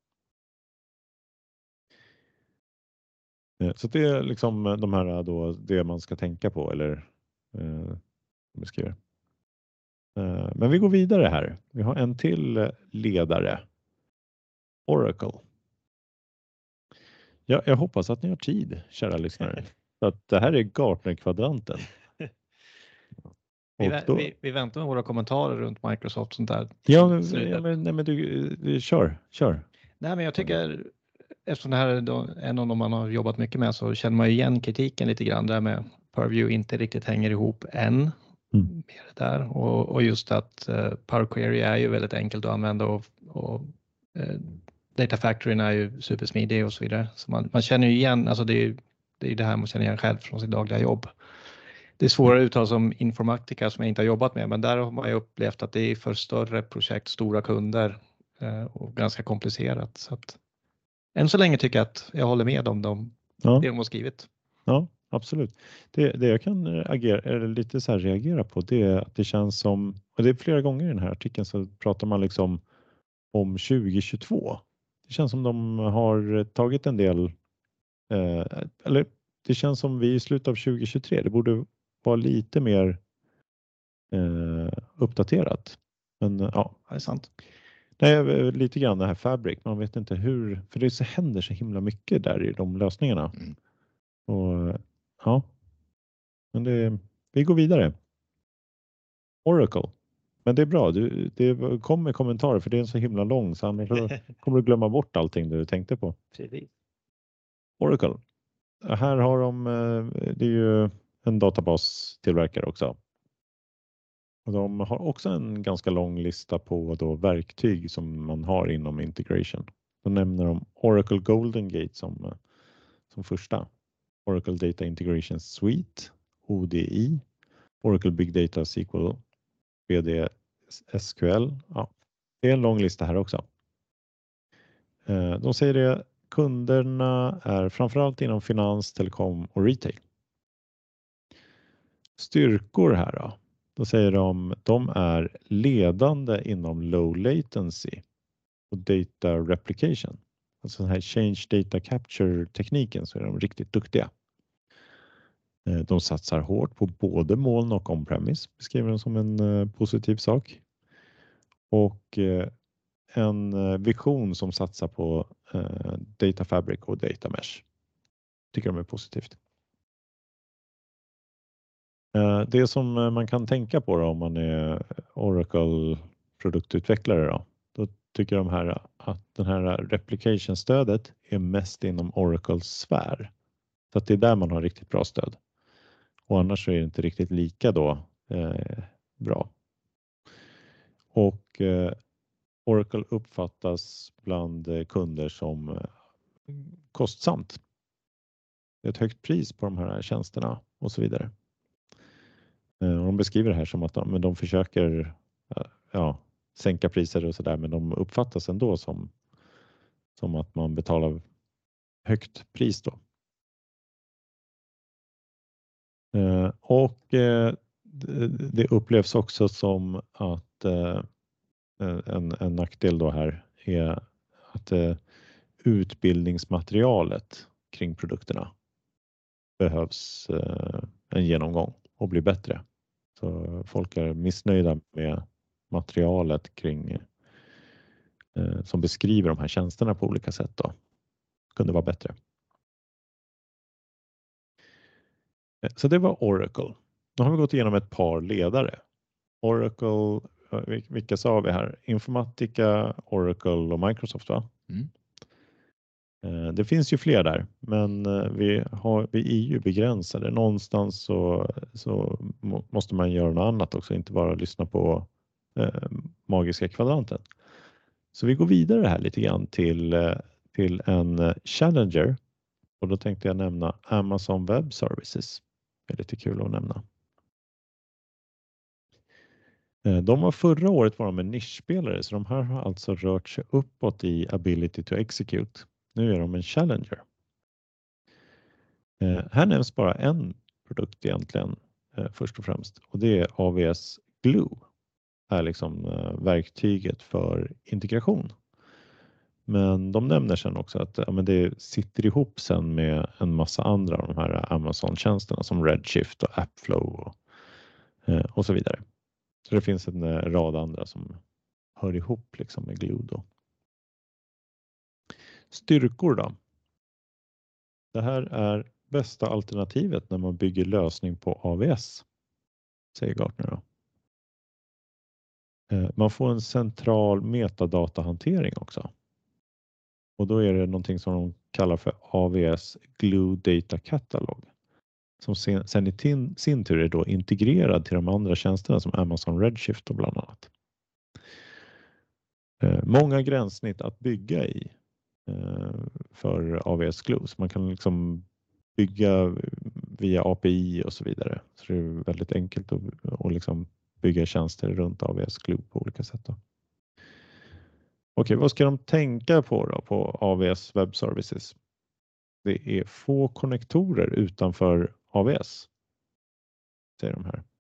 Så det är liksom de här då det man ska tänka på eller beskriver. Men vi går vidare här. Vi har en till ledare. Oracle. Ja, jag hoppas att ni har tid, kära lyssnare. Så att det här är Gartner-kvadranten. Vi väntar med våra kommentarer runt Microsoft och sånt där. Ja, men du kör. Nej, men jag tycker eftersom det här är en av de man har jobbat mycket med så känner man igen kritiken lite grann där med Purview inte riktigt hänger ihop än. Med det där. Och just att Power Query är ju väldigt enkelt att använda och Data Factory är ju supersmidig och så vidare. Så man känner ju igen, alltså det är det här man känner igen själv från sitt dagliga jobb. Det är svårare uttal som Informatica som jag inte har jobbat med, men där har man ju upplevt att det är för större projekt, stora kunder och ganska komplicerat. Så att, än så länge tycker jag att jag håller med om det de har skrivit. Ja, absolut. Det jag kan eller lite så här reagera på, det är att det känns som, och det är flera gånger i den här artikeln så pratar man liksom om 2022. Det känns som de har tagit en del, eller det känns som vi i slutet av 2023, det borde vara lite mer uppdaterat. Men ja, det är sant. Nej, lite grann det här Fabric, man vet inte hur, för det händer så himla mycket där i de lösningarna. Och ja, men vi går vidare. Oracle. Men det är bra, det kommer kommentarer för det är så himla lång så annars kommer du glömma bort allting du tänkte på. Precis. Oracle. Här har de, det är ju en databastillverkare också. Och de har också en ganska lång lista på då verktyg som man har inom integration. Då nämner de Oracle Golden Gate som första. Oracle Data Integration Suite, ODI, Oracle Big Data SQL, BD SQL. Ja, det är en lång lista här också. De säger det, kunderna är framförallt inom finans, telekom och retail. Styrkor här då. Då säger de är ledande inom low latency och data replication. Alltså den här change data capture tekniken så är de riktigt duktiga. De satsar hårt på både moln och on-premise, beskriver de som en positiv sak. Och en vision som satsar på data fabric och data mesh. Tycker de är positivt. Det som man kan tänka på då, om man är Oracle produktutvecklare då tycker de här att den här replication-stödet är mest inom Oracles sfär. Så att det är där man har riktigt bra stöd. Och annars så är det inte riktigt lika då bra. Och Oracle uppfattas bland kunder som kostsamt. Det är ett högt pris på de här tjänsterna och så vidare. Och de beskriver det här som att de försöker sänka priser och sådär, men de uppfattas ändå som att man betalar högt pris då. Och det upplevs också som att en nackdel då här är att utbildningsmaterialet kring produkterna behövs en genomgång och bli bättre. Så folk är missnöjda med materialet kring som beskriver de här tjänsterna på olika sätt då. Kunde vara bättre. Så det var Oracle. Nu har vi gått igenom ett par ledare. Oracle, vilka sa vi här? Informatica, Oracle och Microsoft va? Det finns ju fler där, men vi är ju begränsade. Någonstans så måste man göra något annat också, inte bara lyssna på magiska kvadranten. Så vi går vidare här lite grann till en challenger. Och då tänkte jag nämna Amazon Web Services. Det är lite kul att nämna. De var förra året var de en nischspelare, så de här har alltså rört sig uppåt i ability to execute. Nu är de en challenger. Här nämns bara en produkt egentligen först och främst, och det är AWS Glue. Det är liksom verktyget för integration. Men de nämner sen också att det sitter ihop sen med en massa andra av de här Amazon-tjänsterna som Redshift och AppFlow och så vidare. Så det finns en rad andra som hör ihop liksom med Glue då. Styrkor då. Det här är bästa alternativet när man bygger lösning på AWS, säger Gartner då. Man får en central metadatahantering också. Och då är det någonting som de kallar för AWS Glue Data Catalog. Som sen i sin tur är då integrerad till de andra tjänsterna som Amazon Redshift och bland annat. Många gränssnitt att bygga i för AWS Glue. Så man kan liksom bygga via API och så vidare. Så det är väldigt enkelt att liksom bygga tjänster runt AWS Glue på olika sätt då. Okej, vad ska de tänka på då på AWS Web Services? Det är få konnektorer utanför AWS, säger de här.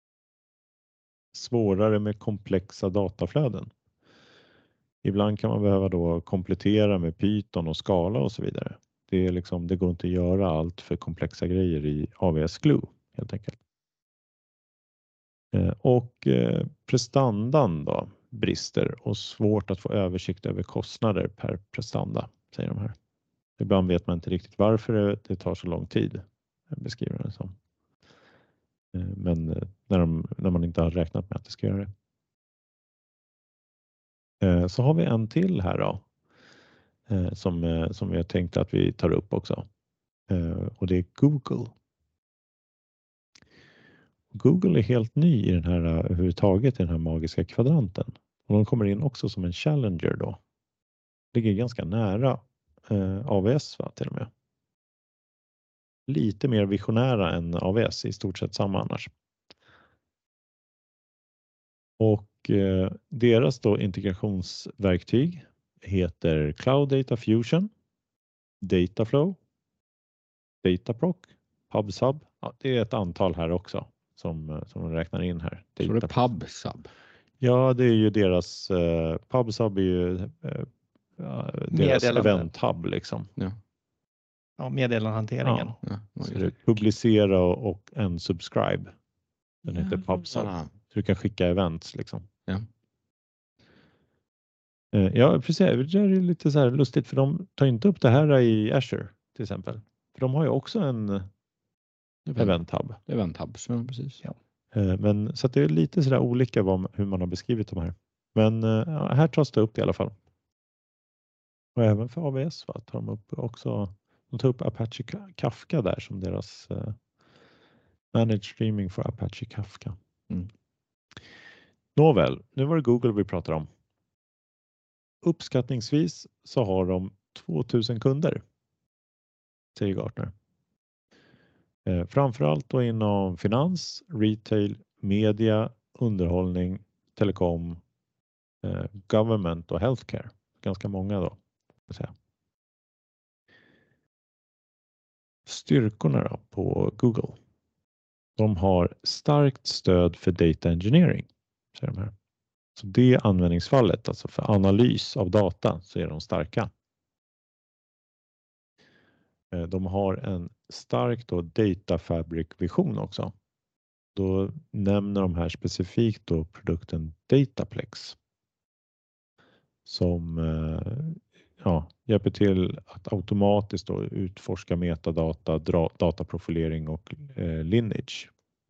Svårare med komplexa dataflöden. Ibland kan man behöva då komplettera med Python och Scala och så vidare. Det är liksom, det går inte att göra allt för komplexa grejer i AWS Glue helt enkelt. Och prestandan då brister och svårt att få översikt över kostnader per prestanda, säger de här. Ibland vet man inte riktigt varför det tar så lång tid, beskriver det som. Men när man inte har räknat med att det ska göra det. Så har vi en till här då. Som jag tänkte att vi tar upp också. Och det är Google. Google är helt ny i den här överhuvudtaget i den här magiska kvadranten. Och de kommer in också som en challenger då. Ligger ganska nära AWS till och med. Lite mer visionära än AWS, i stort sett samma annars. Och deras då integrationsverktyg heter Cloud Data Fusion, Dataflow, Dataproc, PubSub. Ja, det är ett antal här också som de räknar in här. Så det är PubSub? Ja, det är ju deras PubSub är ju deras event-hub liksom. Ja, meddelandehanteringen. Ja. Så det publicera och en subscribe. Den heter PubSub. Så du kan skicka events liksom. Ja, precis. Det är lite så här lustigt för de tar inte upp det här i Azure till exempel. För de har ju också en event-hub. Event-hub, så precis. Ja. Men så att det är lite så där olika hur man har beskrivit de här. Men här tas det upp i alla fall. Och även för AWS tar de upp också. De tar upp Apache Kafka där som deras Managed Streaming för Apache Kafka. Nåväl, nu var det Google vi pratar om. Uppskattningsvis så har de 2000 kunder, säger Gartner. Framförallt då inom finans, retail, media, underhållning, telekom, government och healthcare. Ganska många då. Styrkorna då på Google. De har starkt stöd för data engineering, säger de här. Så det användningsfallet, alltså för analys av data, så är de starka. De har en stark då data fabric-vision också. Då nämner de här specifikt då produkten Dataplex. Som hjälper till att automatiskt då utforska metadata, dataprofilering och lineage.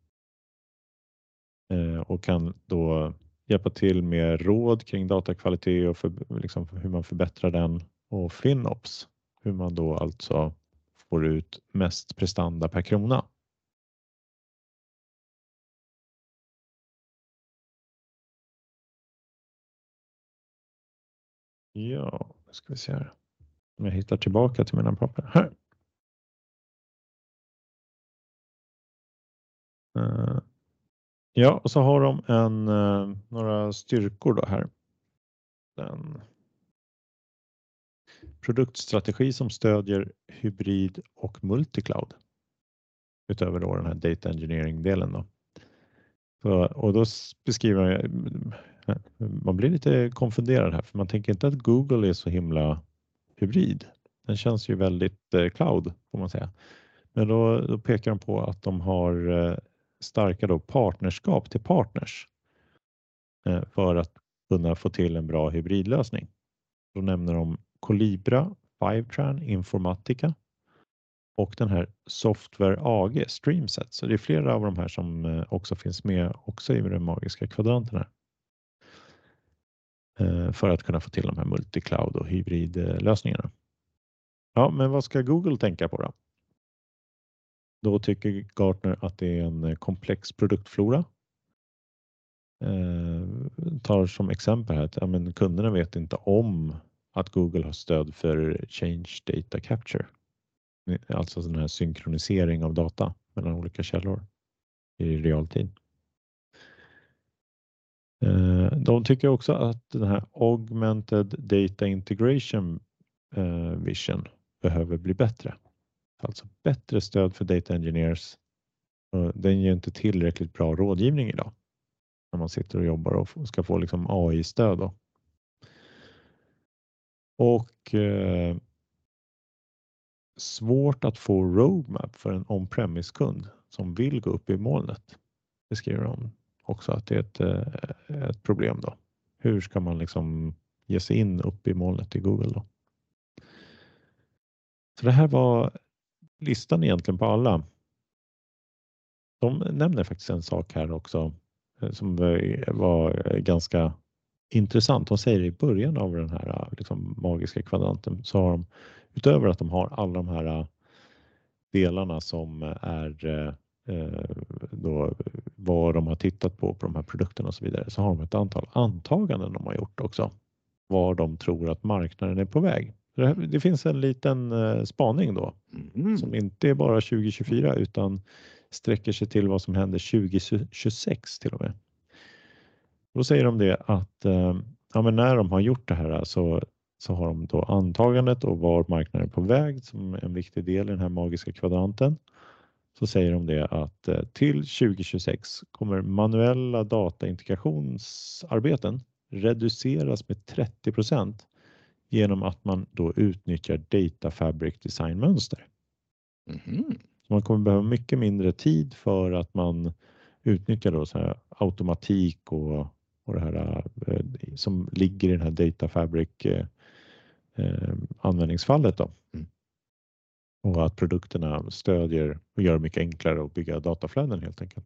Och kan då hjälpa till med råd kring datakvalitet och liksom hur man förbättrar den, och FinOps, hur man då alltså får ut mest prestanda per krona. Ja, nu ska vi se här. Om jag hittar tillbaka till mina papper här. Ja, och så har de några styrkor då här. En produktstrategi som stödjer hybrid och multicloud. Utöver då den här data engineering-delen då. Och då beskriver jag, man blir lite konfunderad här, för man tänker inte att Google är så himla hybrid. Den känns ju väldigt cloud, får man säga. Men då pekar de på att de har starka då partnerskap till partners för att kunna få till en bra hybridlösning. Då nämner de Colibra, Fivetran, Informatica och den här Software AG, Streamset. Så det är flera av de här som också finns med också i den magiska kvadranten här. För att kunna få till de här multicloud och hybridlösningarna. Ja, men vad ska Google tänka på då? Då tycker Gartner att det är en komplex produktflora. Tar som exempel här att kunderna vet inte om att Google har stöd för Change Data Capture. Alltså sån här synkronisering av data. mellan olika källor i realtid. De tycker också att den här Augmented Data Integration Vision behöver bli bättre. Alltså bättre stöd för data engineers. Den ger inte tillräckligt bra rådgivning idag. När man sitter och jobbar och ska få liksom AI-stöd då. Och svårt att få roadmap för en on-premise-kund som vill gå upp i molnet. Det skriver de också att det är ett problem då. Hur ska man liksom ge sig in upp i molnet i Google då? Så det här var listan egentligen på alla. De nämner faktiskt en sak här också som var ganska intressant. De säger i början av den här liksom magiska kvadranten så har de, utöver att de har alla de här delarna som är då vad de har tittat på de här produkterna och så vidare, så har de ett antal antaganden de har gjort också. Var de tror att marknaden är på väg. Det finns en liten spaning då som inte är bara 2024 utan sträcker sig till vad som händer 2026 till och med. Då säger de det att men när de har gjort det här så har de då antagandet och var marknaden är på väg som en viktig del i den här magiska kvadranten. Så säger de det att till 2026 kommer manuella dataintegrationsarbeten reduceras med 30% genom att man då utnyttjar Data Fabric designmönster. Så man kommer behöva mycket mindre tid för att man utnyttjar då så här automatik och det här som ligger i den här Data Fabric användningsfallet då. Och att produkterna stödjer och gör det mycket enklare att bygga dataflöden helt enkelt.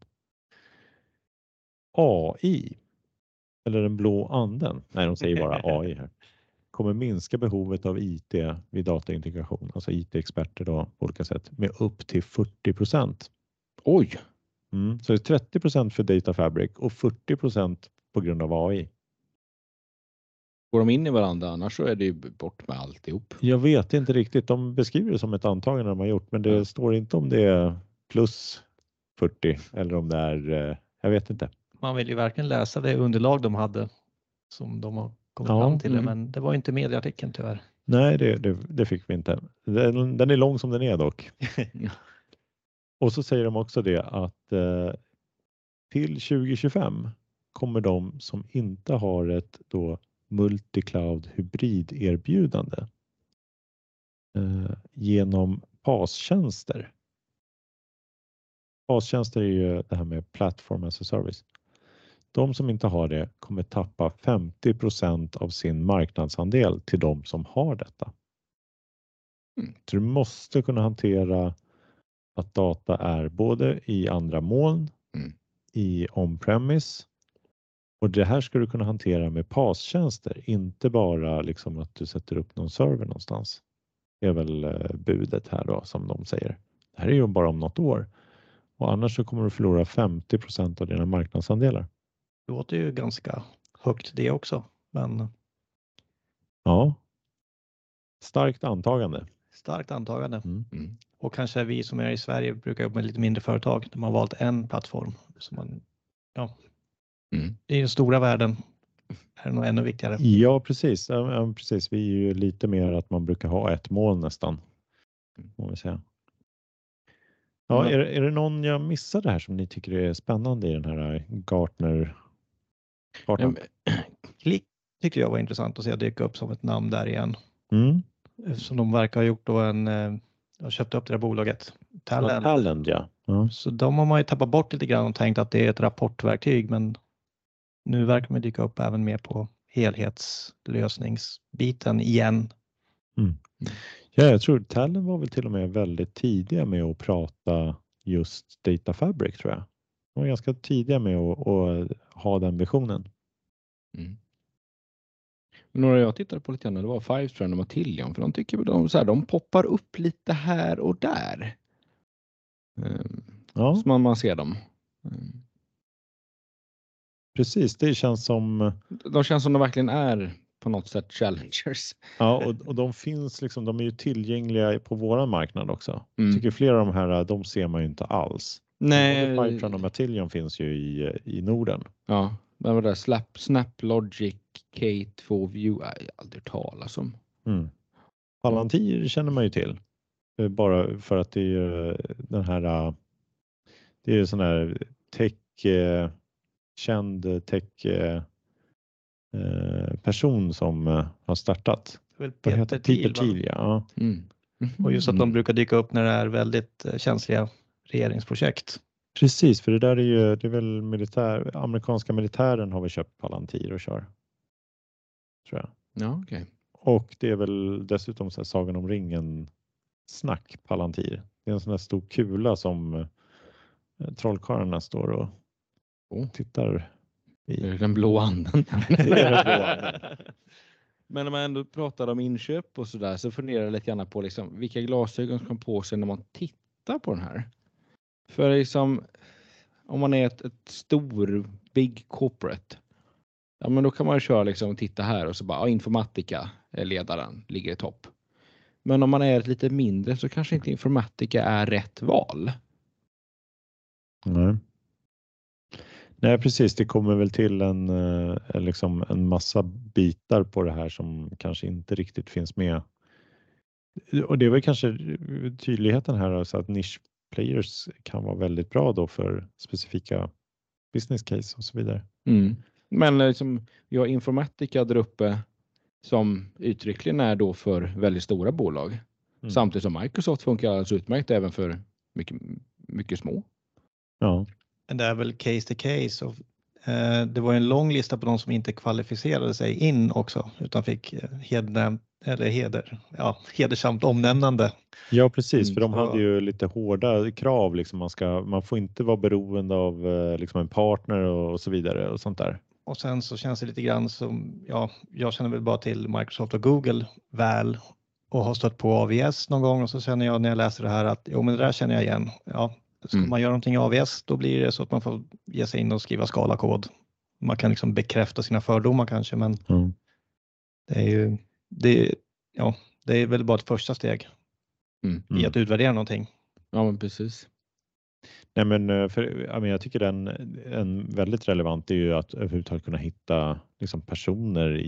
AI, eller den blå anden, nej de säger bara AI här, kommer minska behovet av IT vid dataintegration, alltså IT-experter då på olika sätt, med upp till 40%. Oj! Så det är 30% för Data Fabric och 40% på grund av AI. Går de in i varandra annars så är det ju bort med alltihop. Jag vet inte riktigt. De beskriver det som ett antagande de har gjort, men det står inte om det är plus 40 eller om det är, jag vet inte. Man vill ju verkligen läsa det underlag de hade som de har kommit fram till det, men det var inte med i artikeln tyvärr. Nej, det fick vi inte. Den är lång som den är dock. Och så säger de också det att till 2025 kommer de som inte har ett då multicloud hybrid-erbjudande genom PaaS-tjänster. PaaS-tjänster är ju det här med Platform as a Service. De som inte har det kommer tappa 50% av sin marknadsandel till de som har detta. Så du måste kunna hantera att data är både i andra moln, i on-premise, och det här ska du kunna hantera med PaaS-tjänster, inte bara liksom att du sätter upp någon server någonstans. Det är väl budet här då som de säger. Det här är ju bara om något år. Och annars så kommer du förlora 50% av dina marknadsandelar. Det låter ju ganska högt det också. Men... Ja. Starkt antagande. Starkt antagande. Och kanske vi som är i Sverige brukar jobba med lite mindre företag. De har valt en plattform. Så man, det är ju stora värden. Är det nog ännu viktigare. Ja, precis. Ja, precis. Vi är ju lite mer att man brukar ha ett mål nästan. Må vi säga. Ja, är det någon jag missade här som ni tycker är spännande i den här Gartner-kartan? Klick tycker jag var intressant att se dyka upp som ett namn där igen. Eftersom de verkar ha gjort då har köpt upp det där bolaget. Talend, ja. Så de har man ju tappat bort lite grann och tänkt att det är ett rapportverktyg, men nu verkar man dyka upp även mer på helhetslösningsbiten igen. Ja, jag tror Talend var väl till och med väldigt tidiga med att prata just Data Fabric, tror jag. De var ganska tidiga med att ha den visionen. Några jag tittade på lite grann, det var Fivestrand och Matillion, för de tycker de poppar upp lite här och där. Så man ser dem. Precis, det känns som... De känns som de verkligen är på något sätt challengers. Ja, och de finns liksom, de är ju tillgängliga på våran marknad också. Jag tycker flera av de här, de ser man ju inte alls. Nej. Både Fivetran och Matillion finns ju i Norden. Ja, men vad det Snap Logic K2 View är jag aldrig talas om. Palantir känner man ju till. Bara för att det är den här, det är sån här känd tech person som har startat. Peter Thiel, ja. Och just att de brukar dyka upp när det är väldigt känsliga regeringsprojekt. Precis, för det där det är väl amerikanska militären har väl köpt Palantir och kör. Tror jag. Ja, okej. Och det är väl dessutom så här Sagan om ringen snack Palantir. Det är en sån här stor kula som trollkarlarna står och tittar i. Det är den blå anden. Men när man ändå pratar om inköp och sådär så funderar jag lite grann på liksom, vilka glasögon ska man på sig när man tittar på den här. För liksom, om man är ett stor big corporate, ja men då kan man ju köra liksom och titta här och så bara Informatica är ledaren, ligger i topp. Men om man är ett lite mindre så kanske inte Informatica är rätt val. Nej, precis. Det kommer väl till en massa bitar på det här som kanske inte riktigt finns med. Och det är väl kanske tydligheten här så att niche players kan vara väldigt bra då för specifika business case och så vidare. Men liksom, vi har Informatica där uppe som uttryckligen är då för väldigt stora bolag. Samtidigt som Microsoft funkar alldeles utmärkt även för mycket, mycket små. Ja. Men det är väl case to case. Och, det var en lång lista på de som inte kvalificerade sig in också utan fick hedersamt omnämnande. Ja, precis. För de hade ju lite hårda krav. Liksom man får inte vara beroende av liksom en partner och så vidare och sånt där. Och sen så känns det lite grann som, jag känner väl bara till Microsoft och Google väl och har stött på AWS någon gång och så känner jag när jag läser det här att men det där känner jag igen. Ja, ska man göra någonting i AWS då blir det så att man får ge sig in och skriva skalakod. Man kan liksom bekräfta sina fördomar kanske men det är ju det är väl bara ett första steg i att utvärdera någonting. Ja men precis. Nej men jag tycker en väldigt relevant är ju att överhuvudtaget kunna hitta liksom personer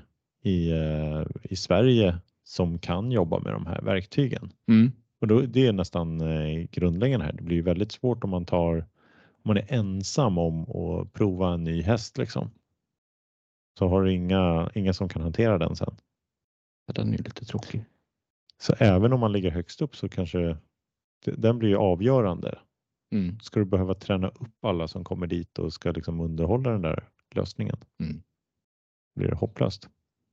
i Sverige som kan jobba med de här verktygen. Och då, det är nästan grundläggande här. Det blir väldigt svårt om man är ensam om att prova en ny häst liksom. Så har du inga som kan hantera den sen. Ja, den är ju lite tråkig. Så även om man ligger högst upp så kanske den blir ju avgörande. Ska du behöva träna upp alla som kommer dit och ska liksom underhålla den där lösningen. Blir det hopplöst.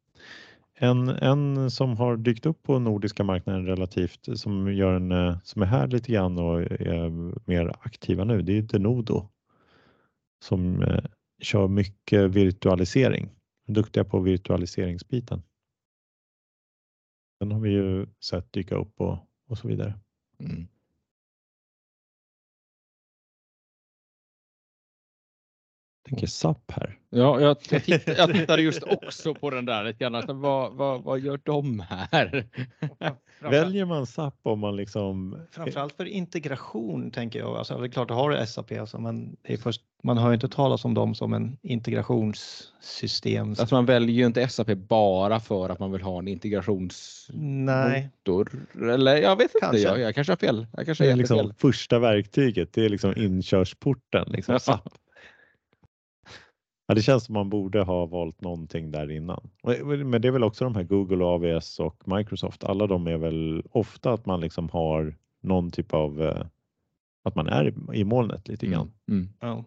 En som har dykt upp på nordiska marknaden relativt som är här lite grann och är mer aktiva nu, det är Denodo som kör mycket virtualisering. Duktiga på virtualiseringsbiten. Den har vi ju sett dyka upp och så vidare. Tänker SAP här. Ja, jag tittade just också på den där lite grann. Vad gör de här? Väljer man SAP om man liksom... Framförallt för integration tänker jag. Alltså, det är klart att har SAP alltså, men det är man hör ju inte talas om dem som en integrationssystem. Alltså man väljer ju inte SAP bara för att man vill ha en integrationsmotor. Eller jag vet inte, jag kanske har fel. Jag kanske det är liksom första verktyget, det är liksom inkörsporten. Liksom SAP. Ja, det känns som man borde ha valt någonting där innan. Men det är väl också de här Google, AWS och Microsoft. Alla de är väl ofta att man liksom har någon typ av att man är i molnet lite grann. Ja.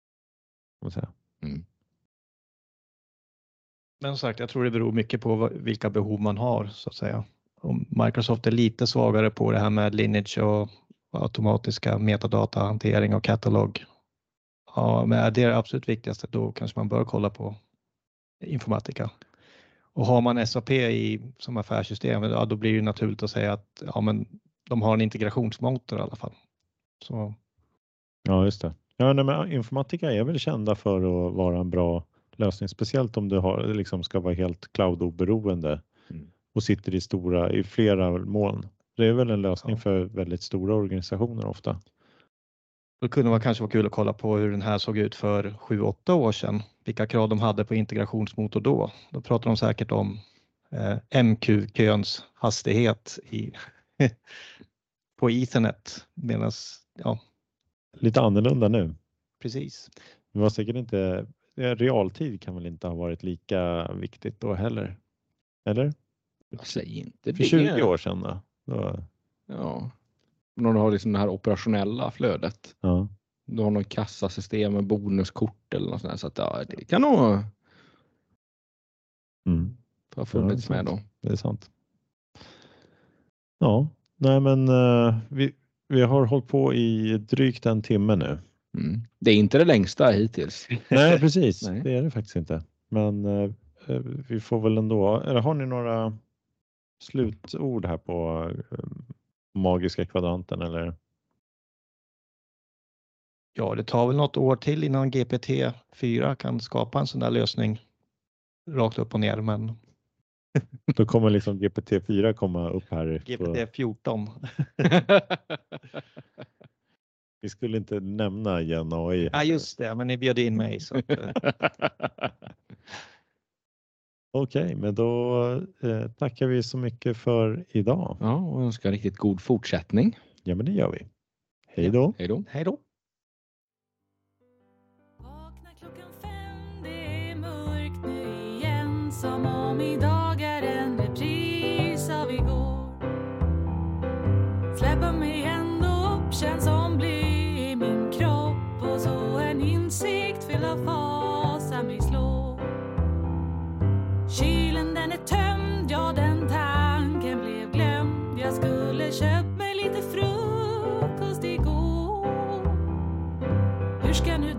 Men som sagt, jag tror det beror mycket på vilka behov man har så att säga. Om Microsoft är lite svagare på det här med lineage och automatiska metadatahantering och katalog. Ja, men det är det absolut viktigaste. Då kanske man bör kolla på Informatica. Och har man SAP som affärssystem, ja, då blir det naturligt att säga att men de har en integrationsmotor i alla fall. Så. Ja, just det. Ja, men Informatica är väl kända för att vara en bra lösning, speciellt om du liksom ska vara helt cloud-oberoende och sitter i flera moln. Det är väl en lösning för väldigt stora organisationer ofta. Det kunde kanske vara kul att kolla på hur den här såg ut för 7-8 år sedan. Vilka krav de hade på integrationsmotor då. Då pratar de säkert om MQ-köns hastighet på Ethernet. Lite annorlunda nu. Precis. Det var säkert inte, realtid kan väl inte ha varit lika viktigt då heller? Eller? Säg inte för 20 år sedan då. Ja. När du har liksom det här operationella flödet. Ja. Du har någon kassasystem med bonuskort eller något sånt där, så att det kan nog ha funnits med då. Det är sant. Ja, nej men vi har hållit på i drygt en timme nu. Det är inte det längsta hittills. Nej, precis. Nej. Det är det faktiskt inte. Men vi får väl ändå, eller har ni några slutord här på magiska kvadranten eller? Ja, det tar väl något år till innan GPT-4 kan skapa en sån där lösning rakt upp och ner, men då kommer liksom GPT-4 komma upp här. GPT-14. Vi skulle inte nämna Gen AI. Ja, just det, men ni bjöd in mig. Så att... Okej, men då tackar vi så mycket för idag. Ja, och önskar riktigt god fortsättning. Ja, men det gör vi. Hej då. Hej då. Hej då. Vakna 5:00, det är mörkt nu igen, som om idag är en repris av igår. Släpper mig ändå upp, känns som bly i min kropp, och så en insikt fylld av fasa mig slår. Kylen den är tömd, ja den tanken blev glömd. Jag skulle köpt mig lite frukost igår. Hur ska nu